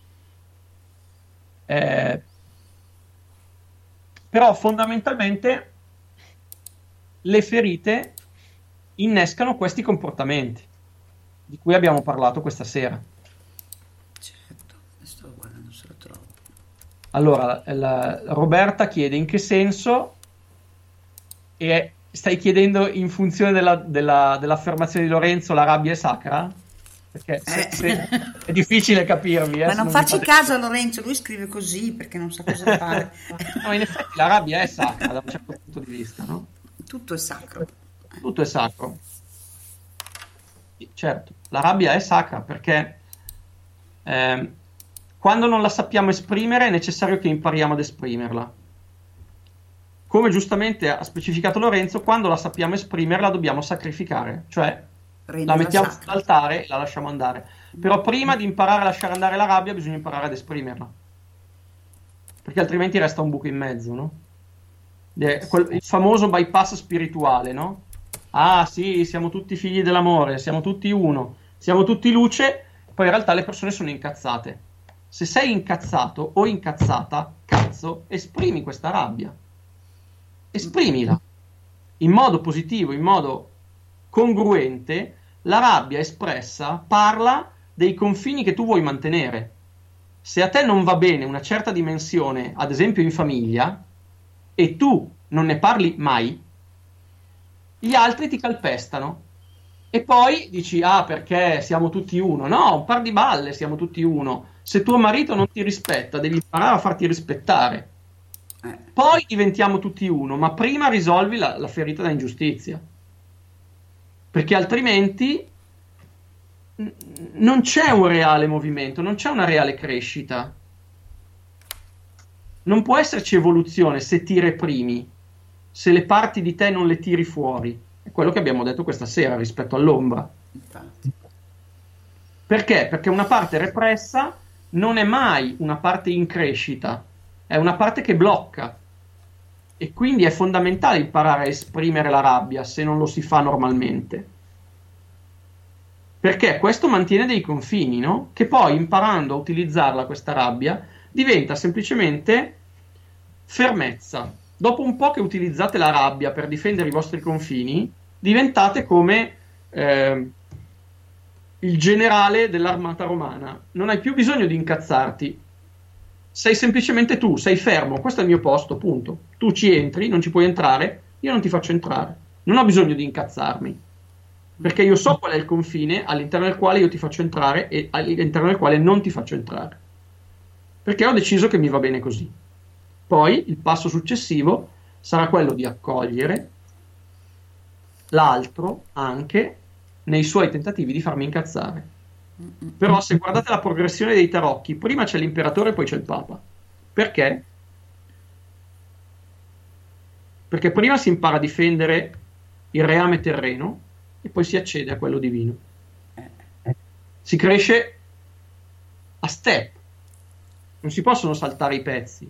Però fondamentalmente le ferite innescano questi comportamenti di cui abbiamo parlato questa sera. Certo, sto guardando se lo trovo. Allora, Roberta chiede in che senso, e stai chiedendo in funzione dell'affermazione di Lorenzo, la rabbia è sacra? Perché è difficile capirvi. Ma non facci caso a Lorenzo, lui scrive così perché non sa cosa fare. No, in effetti la rabbia è sacra da un certo punto di vista, no? Tutto è sacro. Tutto è sacro. Certo, la rabbia è sacra perché quando non la sappiamo esprimere è necessario che impariamo ad esprimerla. Come giustamente ha specificato Lorenzo, quando la sappiamo esprimere la dobbiamo sacrificare, cioè la mettiamo sull'altare e la lasciamo andare. Però prima di imparare a lasciare andare la rabbia bisogna imparare ad esprimerla, perché altrimenti resta un buco in mezzo, no? Il famoso bypass spirituale, no? Ah sì, siamo tutti figli dell'amore, siamo tutti uno, siamo tutti luce, poi in realtà le persone sono incazzate. Se sei incazzato o incazzata, cazzo, esprimi questa rabbia. Esprimila in modo positivo, in modo congruente. La rabbia espressa parla dei confini che tu vuoi mantenere. Se a te non va bene una certa dimensione, ad esempio in famiglia, e tu non ne parli mai, gli altri ti calpestano e poi dici perché siamo tutti uno. No, un par di balle, siamo tutti uno. Se tuo marito non ti rispetta, devi imparare a farti rispettare. Poi diventiamo tutti uno, ma prima risolvi la ferita da ingiustizia, perché altrimenti non c'è un reale movimento, non c'è una reale crescita. Non può esserci evoluzione se ti reprimi, se le parti di te non le tiri fuori. È quello che abbiamo detto questa sera rispetto all'ombra. Infatti. Perché? Perché una parte repressa non è mai una parte in crescita, è una parte che blocca. E quindi è fondamentale imparare a esprimere la rabbia se non lo si fa normalmente. Perché questo mantiene dei confini, no? Che poi imparando a utilizzarla questa rabbia diventa semplicemente fermezza. Dopo un po' che utilizzate la rabbia per difendere i vostri confini, diventate come il generale dell'armata romana. Non hai più bisogno di incazzarti. Sei semplicemente tu, sei fermo. Questo è il mio posto, punto. Tu ci entri, non ci puoi entrare, io non ti faccio entrare. Non ho bisogno di incazzarmi, perché io so qual è il confine all'interno del quale io ti faccio entrare e all'interno del quale non ti faccio entrare, perché ho deciso che mi va bene così. Poi il passo successivo sarà quello di accogliere l'altro anche nei suoi tentativi di farmi incazzare. Però se guardate la progressione dei tarocchi, prima c'è l'imperatore e poi c'è il papa. Perché? Perché prima si impara a difendere il reame terreno e poi si accede a quello divino. Si cresce a step, non si possono saltare i pezzi.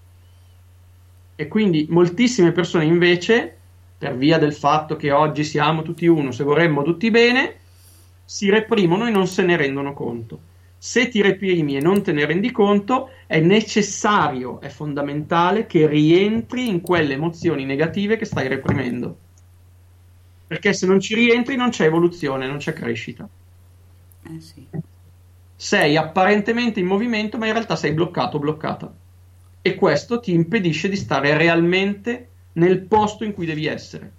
E quindi moltissime persone invece, per via del fatto che oggi siamo tutti uno, se vorremmo tutti bene, si reprimono e non se ne rendono conto. Se ti reprimi e non te ne rendi conto, è necessario, è fondamentale che rientri in quelle emozioni negative che stai reprimendo. Perché se non ci rientri non c'è evoluzione, non c'è crescita. Sì. Sei apparentemente in movimento, ma in realtà sei bloccato o bloccata. E questo ti impedisce di stare realmente nel posto in cui devi essere.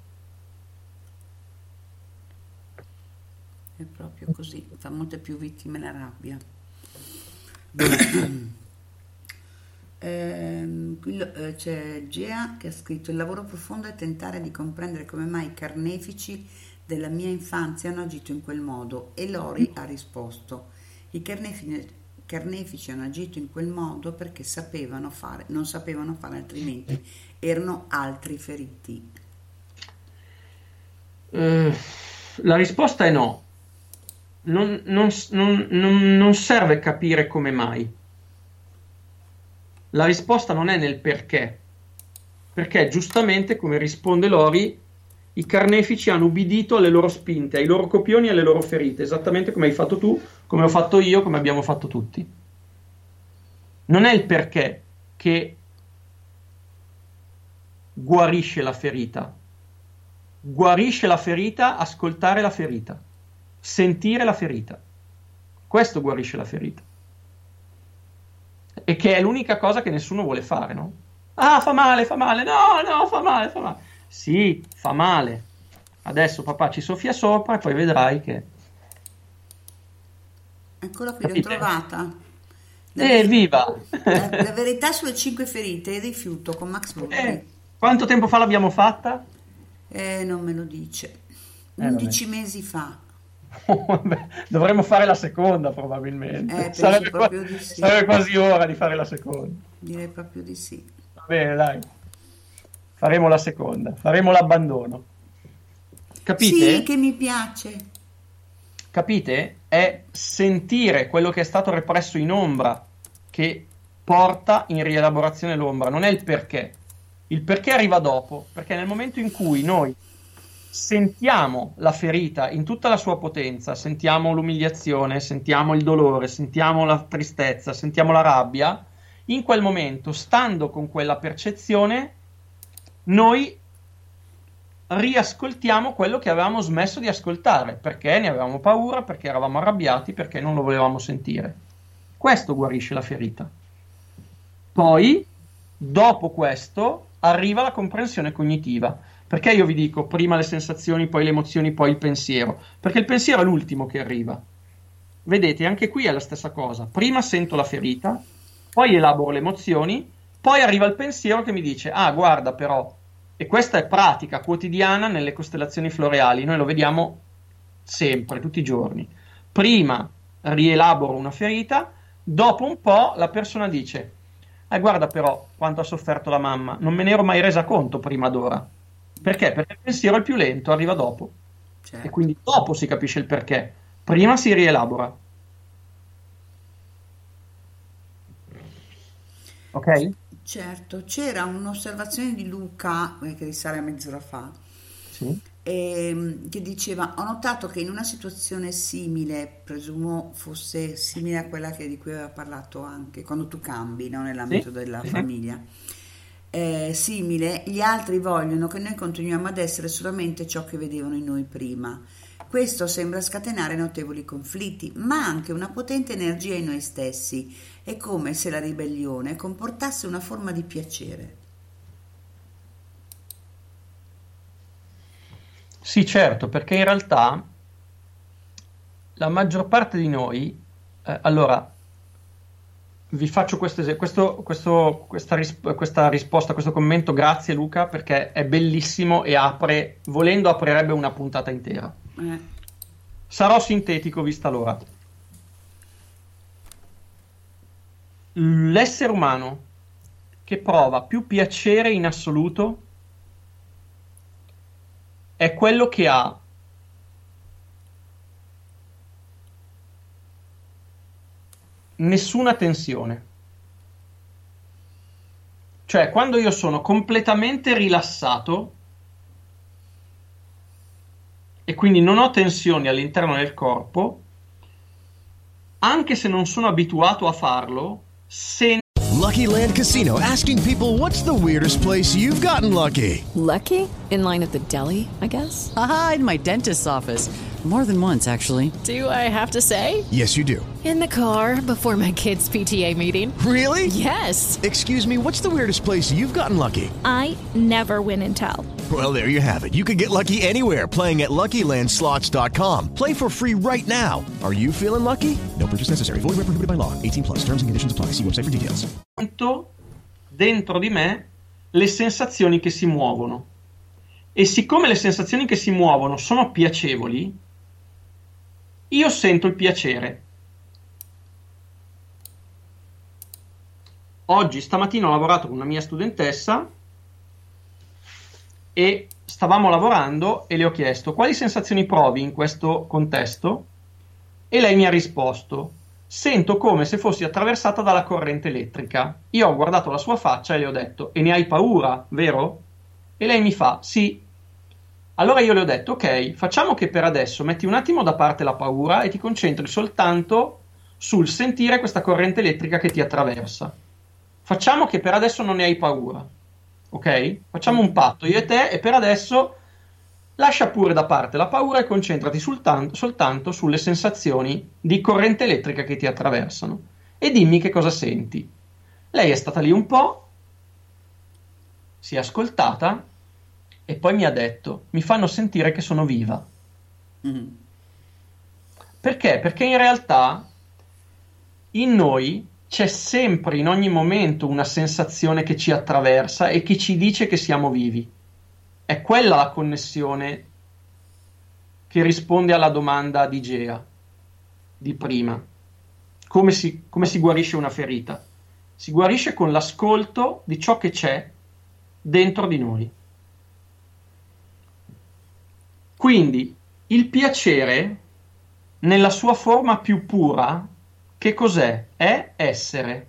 È proprio così, fa molte più vittime la rabbia. C'è Gea che ha scritto: il lavoro profondo è tentare di comprendere come mai i carnefici della mia infanzia hanno agito in quel modo, e Lori ha risposto: i carnefici hanno agito in quel modo perché non sapevano fare altrimenti, erano altri feriti. La risposta è no. Non serve capire come mai. La risposta non è nel perché, perché giustamente, come risponde Lori, i carnefici hanno ubbidito alle loro spinte, ai loro copioni e alle loro ferite, esattamente come hai fatto tu, come ho fatto io, come abbiamo fatto tutti. Non è il perché che guarisce la ferita. Guarisce la ferita ascoltare la ferita, sentire la ferita. Questo guarisce la ferita. E che è l'unica cosa che nessuno vuole fare, no? Ah, fa male, no, fa male. Sì, fa male. Adesso papà ci soffia sopra e poi vedrai che... Eccola qui, l'ho trovata. Viva! La verità sulle 5 ferite e il rifiuto con Max Burri. Quanto tempo fa l'abbiamo fatta? Non me lo dice. 11 mesi fa. Dovremmo fare la seconda probabilmente. Sarebbe quasi ora di fare la seconda. Direi proprio di sì. Va bene, dai. Faremo la seconda. Faremo l'abbandono. Capite? Sì, che mi piace. Capite? È sentire quello che è stato represso in ombra che porta in rielaborazione l'ombra. Non è il perché. Il perché arriva dopo, perché nel momento in cui noi sentiamo la ferita in tutta la sua potenza, sentiamo l'umiliazione, sentiamo il dolore, sentiamo la tristezza, sentiamo la rabbia, in quel momento, stando con quella percezione, noi riascoltiamo quello che avevamo smesso di ascoltare, perché ne avevamo paura, perché eravamo arrabbiati, perché non lo volevamo sentire. Questo guarisce la ferita. Poi, dopo questo, arriva la comprensione cognitiva. Perché io vi dico prima le sensazioni, poi le emozioni, poi il pensiero? Perché il pensiero è l'ultimo che arriva. Vedete, anche qui è la stessa cosa. Prima sento la ferita, poi elaboro le emozioni, poi arriva il pensiero che mi dice: ah, guarda però, e questa è pratica quotidiana nelle costellazioni floreali, noi lo vediamo sempre, tutti i giorni. Prima rielaboro una ferita, dopo un po' la persona dice: guarda però quanto ha sofferto la mamma, non me ne ero mai resa conto prima d'ora. Perché? Perché il pensiero è il più lento, arriva dopo. Certo. E quindi dopo si capisce il perché. Prima si rielabora. Ok? Certo, c'era un'osservazione di Luca, che risale a mezz'ora fa, sì, che diceva: ho notato che in una situazione simile, presumo fosse simile a quella di cui aveva parlato anche, quando tu cambi, no, nell'ambito della famiglia, simile, gli altri vogliono che noi continuiamo ad essere solamente ciò che vedevano in noi prima. Questo sembra scatenare notevoli conflitti, ma anche una potente energia in noi stessi. È come se la ribellione comportasse una forma di piacere. Sì, certo, perché in realtà la maggior parte di noi, allora, vi faccio questo questa risposta, questo commento, grazie Luca, perché è bellissimo e volendo aprirebbe una puntata intera. Sarò sintetico vista l'ora. L'essere umano che prova più piacere in assoluto è quello che ha nessuna tensione. Cioè, quando io sono completamente rilassato e quindi non ho tensioni all'interno del corpo, anche se non sono abituato a farlo, sento. Lucky Land Casino, asking people, what's the weirdest place you've gotten lucky? Lucky? In line at the deli, I guess? Aha, in my dentist's office. More than once, actually. Do I have to say? Yes, you do. In the car before my kids' PTA meeting. Really? Yes. Excuse me, what's the weirdest place you've gotten lucky? I never win and tell. Well, there you have it. You can get lucky anywhere, playing at LuckyLandSlots.com. Play for free right now. Are you feeling lucky? No purchase necessary. Void where prohibited by law. 18 plus. Terms and conditions apply. See website for details. Dentro di me le sensazioni che si muovono. E siccome le sensazioni che si muovono sono piacevoli, io sento il piacere. Stamattina ho lavorato con una mia studentessa e stavamo lavorando e le ho chiesto quali sensazioni provi in questo contesto e lei mi ha risposto: sento come se fossi attraversata dalla corrente elettrica. Io ho guardato la sua faccia e le ho detto: e ne hai paura, vero? E lei mi fa: sì. Allora io le ho detto: ok, facciamo che per adesso metti un attimo da parte la paura e ti concentri soltanto sul sentire questa corrente elettrica che ti attraversa. Facciamo che per adesso non ne hai paura, ok? Facciamo un patto, io e te, e per adesso lascia pure da parte la paura e concentrati soltanto sulle sensazioni di corrente elettrica che ti attraversano. E dimmi che cosa senti. Lei è stata lì un po', si è ascoltata e poi mi ha detto: mi fanno sentire che sono viva. Perché? Perché in realtà in noi c'è sempre, in ogni momento, una sensazione che ci attraversa e che ci dice che siamo vivi. È quella la connessione che risponde alla domanda di Gea di prima. Come si guarisce una ferita? Si guarisce con l'ascolto di ciò che c'è dentro di noi. Quindi il piacere, nella sua forma più pura, che cos'è? È essere.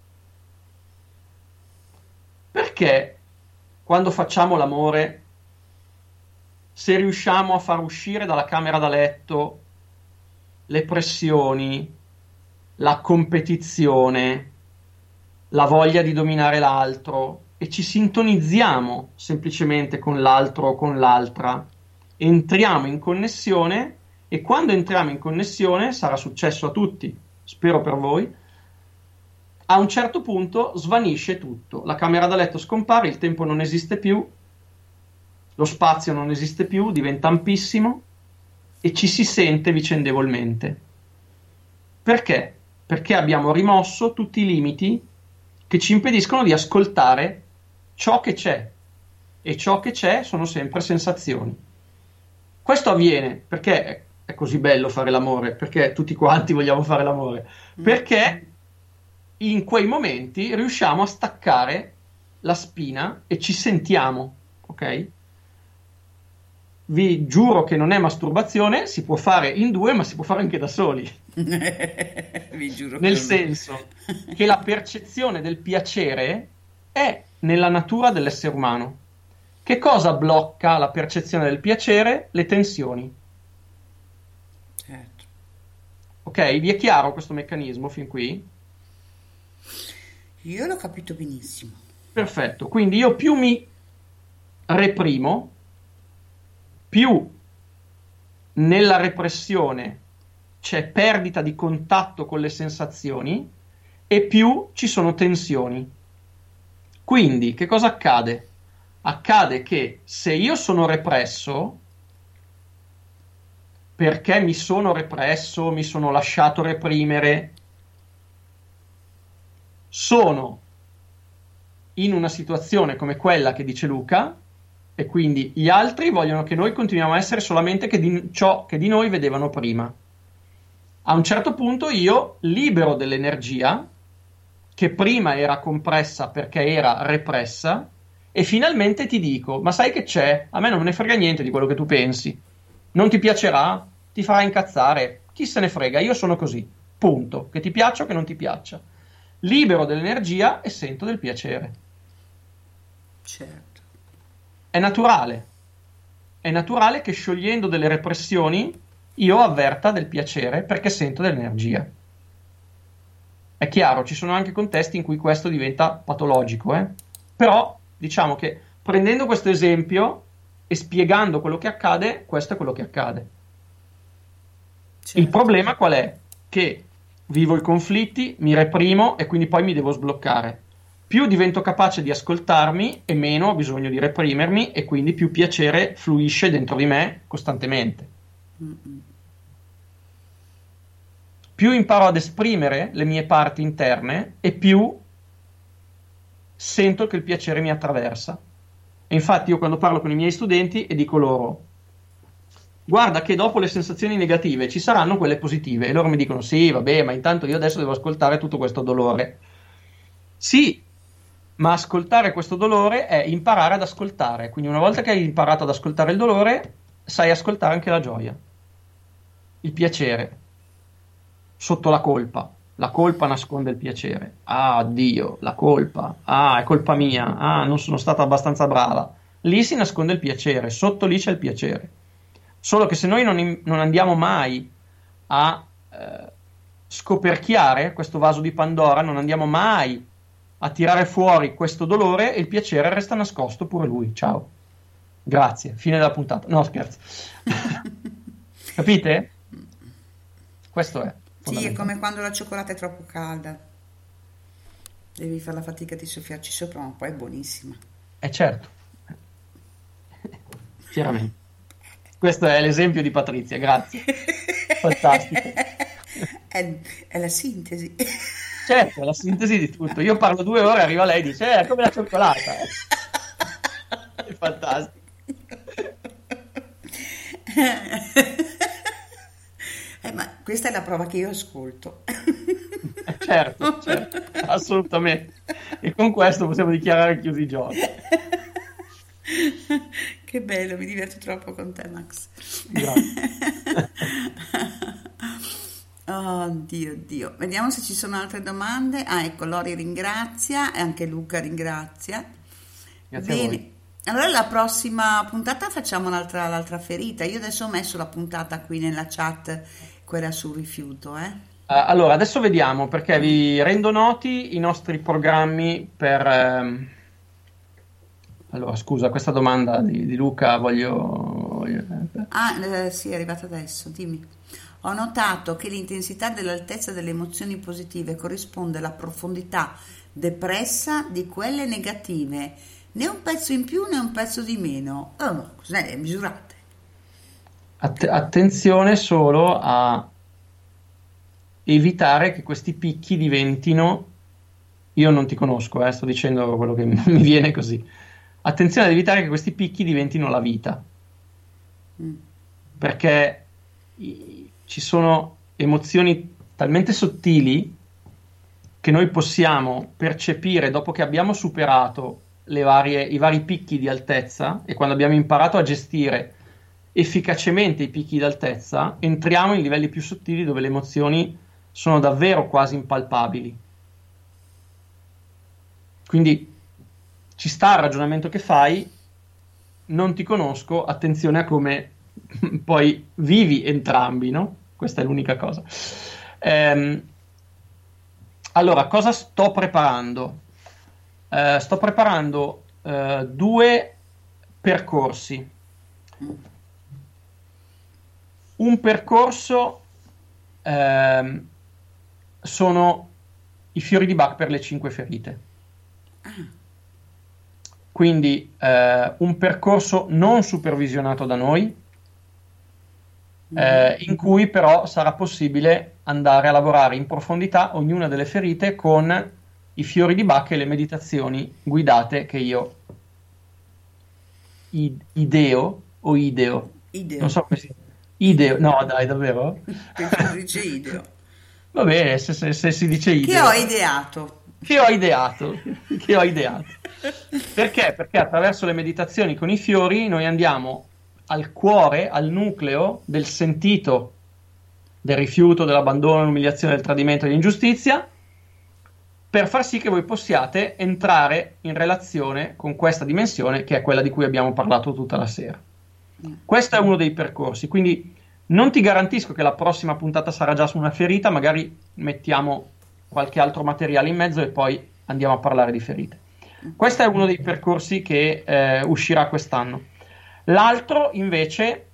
Perché quando facciamo l'amore, se riusciamo a far uscire dalla camera da letto le pressioni, la competizione, la voglia di dominare l'altro, e ci sintonizziamo semplicemente con l'altro o con l'altra, entriamo in connessione, e quando entriamo in connessione, sarà successo a tutti, spero per voi, a un certo punto svanisce tutto, la camera da letto scompare, il tempo non esiste più, lo spazio non esiste più, diventa ampissimo e ci si sente vicendevolmente. Perché? Perché abbiamo rimosso tutti i limiti che ci impediscono di ascoltare ciò che c'è, e ciò che c'è sono sempre sensazioni. Questo avviene perché è così bello fare l'amore, perché tutti quanti vogliamo fare l'amore, perché in quei momenti riusciamo a staccare la spina e ci sentiamo, ok? Vi giuro che non è masturbazione, si può fare in due, ma si può fare anche da soli. Vi giuro. Nel senso che la percezione del piacere è nella natura dell'essere umano. Che cosa blocca la percezione del piacere? Le tensioni. Certo. Ok, vi è chiaro questo meccanismo fin qui? Io l'ho capito benissimo. Perfetto, quindi io più mi reprimo, più nella repressione c'è perdita di contatto con le sensazioni e più ci sono tensioni. Quindi che cosa accade? Accade che se io sono represso, perché mi sono represso, mi sono lasciato reprimere, sono in una situazione come quella che dice Luca, e quindi gli altri vogliono che noi continuiamo a essere solamente ciò che di noi vedevano prima. A un certo punto io libero dell'energia che prima era compressa perché era repressa, e finalmente ti dico, ma sai che c'è? A me non me ne frega niente di quello che tu pensi. Non ti piacerà? Ti farà incazzare? Chi se ne frega? Io sono così. Punto. Che ti piaccia o che non ti piaccia. Libero dell'energia e sento del piacere. Certo. È naturale. È naturale che sciogliendo delle repressioni io avverta del piacere perché sento dell'energia. È chiaro, ci sono anche contesti in cui questo diventa patologico, però diciamo che prendendo questo esempio e spiegando quello che accade, questo è quello che accade. Certo. Il problema qual è? Che vivo i conflitti, mi reprimo e quindi poi mi devo sbloccare. Più divento capace di ascoltarmi e meno ho bisogno di reprimermi e quindi più piacere fluisce dentro di me costantemente. Più imparo ad esprimere le mie parti interne e più sento che il piacere mi attraversa. E infatti io quando parlo con i miei studenti e dico loro guarda che dopo le sensazioni negative ci saranno quelle positive, e loro mi dicono sì vabbè ma intanto io adesso devo ascoltare tutto questo dolore. Sì, ma ascoltare questo dolore è imparare ad ascoltare, quindi una volta che hai imparato ad ascoltare il dolore sai ascoltare anche la gioia, il piacere sotto la colpa. La colpa nasconde il piacere. Ah, Dio, la colpa. Ah, è colpa mia. Ah, non sono stata abbastanza brava. Lì si nasconde il piacere, sotto lì c'è il piacere. Solo che se noi non andiamo mai a scoperchiare questo vaso di Pandora, non andiamo mai a tirare fuori questo dolore, e il piacere resta nascosto pure lui. Ciao. Grazie. Fine della puntata. No, scherzo. Capite? Questo è. Sì, è come quando la cioccolata è troppo calda. Devi fare la fatica di soffiarci sopra, ma poi è buonissima. Certo. Chiaramente. Questo è l'esempio di Patrizia, grazie. Fantastico. È la sintesi. Certo, è la sintesi di tutto. Io parlo 2 ore, arriva lei e dice, è come la cioccolata. È fantastico. Ma questa è la prova che io ascolto. Certo, assolutamente. E con questo possiamo dichiarare chiusi i giochi. Che bello, mi diverto troppo con te, Max. Grazie. Oh, Dio. Vediamo se ci sono altre domande. Ecco, Lori ringrazia e anche Luca ringrazia. Grazie. Bene. Allora la prossima puntata facciamo l'altra ferita. Io adesso ho messo la puntata qui nella chat, quella sul rifiuto. Allora, adesso vediamo, perché vi rendo noti i nostri programmi per... Allora, scusa, questa domanda di Luca voglio... Sì, è arrivata adesso, dimmi. Ho notato che l'intensità dell'altezza delle emozioni positive corrisponde alla profondità depressa di quelle negative. Né un pezzo in più né un pezzo di meno. Cos'è? Le misurate? Attenzione solo a evitare che questi picchi diventino... Io non ti conosco, sto dicendo quello che mi viene così. Attenzione ad evitare che questi picchi diventino la vita. Perché ci sono emozioni talmente sottili che noi possiamo percepire dopo che abbiamo superato i vari picchi di altezza, e quando abbiamo imparato a gestire efficacemente i picchi di altezza, entriamo in livelli più sottili dove le emozioni sono davvero quasi impalpabili. Quindi ci sta il ragionamento che fai, non ti conosco, attenzione a come poi vivi entrambi, no? Questa è l'unica cosa. Allora, cosa sto preparando? Sto preparando 2 percorsi. Un percorso sono i fiori di Bach per le 5 ferite. Quindi un percorso non supervisionato da noi, in cui però sarà possibile andare a lavorare in profondità ognuna delle ferite con i fiori di Bach e le meditazioni guidate che io ideo. Non so come si ideo, no dai, davvero? Penso dice ideo. Va bene, se si dice ideo. Che ho ideato. Che ho ideato. Perché? Perché attraverso le meditazioni con i fiori noi andiamo al cuore, al nucleo del sentito, del rifiuto, dell'abbandono, dell'umiliazione, del tradimento e dell'ingiustizia, per far sì che voi possiate entrare in relazione con questa dimensione che è quella di cui abbiamo parlato tutta la sera. Questo è uno dei percorsi, quindi non ti garantisco che la prossima puntata sarà già su una ferita, magari mettiamo qualche altro materiale in mezzo e poi andiamo a parlare di ferite. Questo è uno dei percorsi che uscirà quest'anno. L'altro invece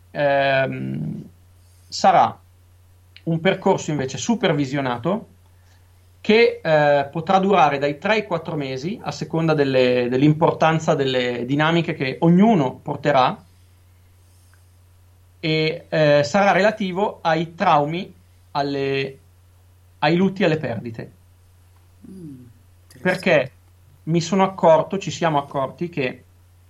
sarà un percorso invece supervisionato che potrà durare dai 3 ai 4 mesi a seconda dell'importanza delle dinamiche che ognuno porterà, e sarà relativo ai traumi, ai lutti e alle perdite. Perché ci siamo accorti che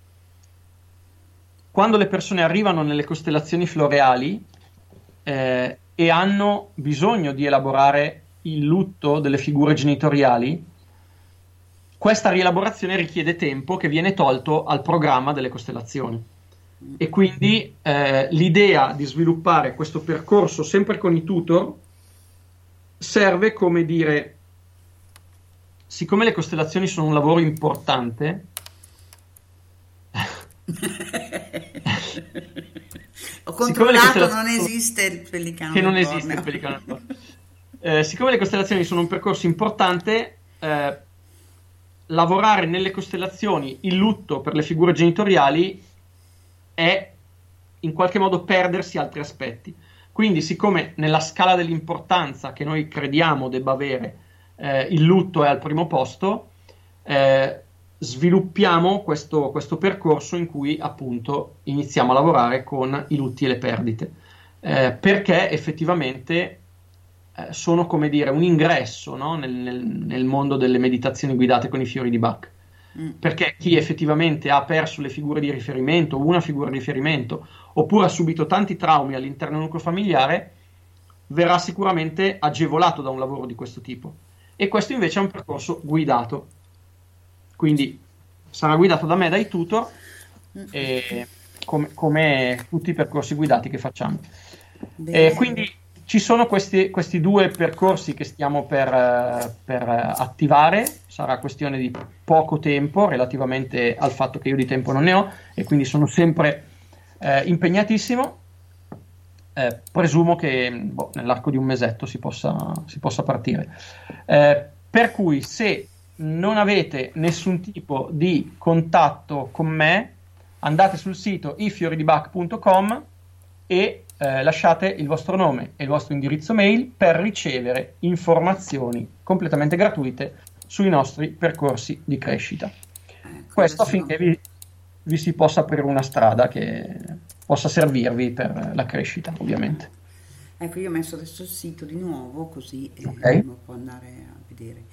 quando le persone arrivano nelle costellazioni floreali e hanno bisogno di elaborare il lutto delle figure genitoriali, questa rielaborazione richiede tempo che viene tolto al programma delle costellazioni. E quindi l'idea di sviluppare questo percorso sempre con i tutor serve come dire, siccome le costellazioni sono un lavoro importante, ho controllato, non esiste il pellicano, che non esiste il pellicano. Siccome le costellazioni sono un percorso importante, lavorare nelle costellazioni il lutto per le figure genitoriali è in qualche modo perdersi altri aspetti. Quindi, siccome nella scala dell'importanza che noi crediamo debba avere il lutto è al primo posto, sviluppiamo questo percorso in cui appunto iniziamo a lavorare con i lutti e le perdite, perché effettivamente sono come dire un ingresso, no? nel mondo delle meditazioni guidate con i fiori di Bach. Perché chi effettivamente ha perso le figure di riferimento, una figura di riferimento, oppure ha subito tanti traumi all'interno del nucleo familiare, verrà sicuramente agevolato da un lavoro di questo tipo. E questo invece è un percorso guidato, quindi sarà guidato da me, dai tutor, e come tutti i percorsi guidati che facciamo. Quindi ci sono questi 2 percorsi che stiamo per attivare. Sarà questione di poco tempo relativamente al fatto che io di tempo non ne ho e quindi sono sempre impegnatissimo. Presumo che nell'arco di un mesetto si possa partire. Per cui se non avete nessun tipo di contatto con me, andate sul sito ifioridibach.com e lasciate il vostro nome e il vostro indirizzo mail per ricevere informazioni completamente gratuite sui nostri percorsi di crescita. Questo affinché vi si possa aprire una strada che possa servirvi per la crescita, ovviamente. Ecco, io ho messo adesso il sito di nuovo, così uno può andare a vedere.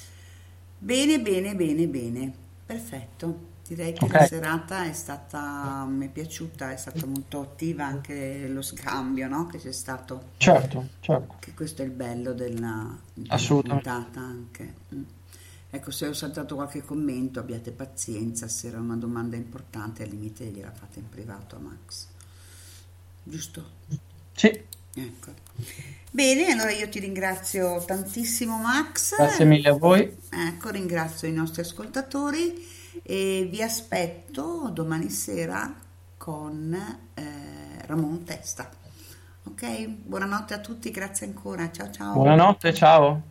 Bene, perfetto. Direi che la serata mi è piaciuta, è stata molto attiva anche lo scambio, no? Che c'è stato. Certo. Che questo è il bello della puntata anche. Ecco, se ho saltato qualche commento, abbiate pazienza, se era una domanda importante al limite gliela fate in privato a Max. Giusto? Sì. Ecco. Bene, allora io ti ringrazio tantissimo Max. Grazie mille a voi. Ecco, ringrazio i nostri ascoltatori e vi aspetto domani sera con Ramon Testa. Ok? Buonanotte a tutti, grazie ancora. Ciao. Buonanotte, ciao.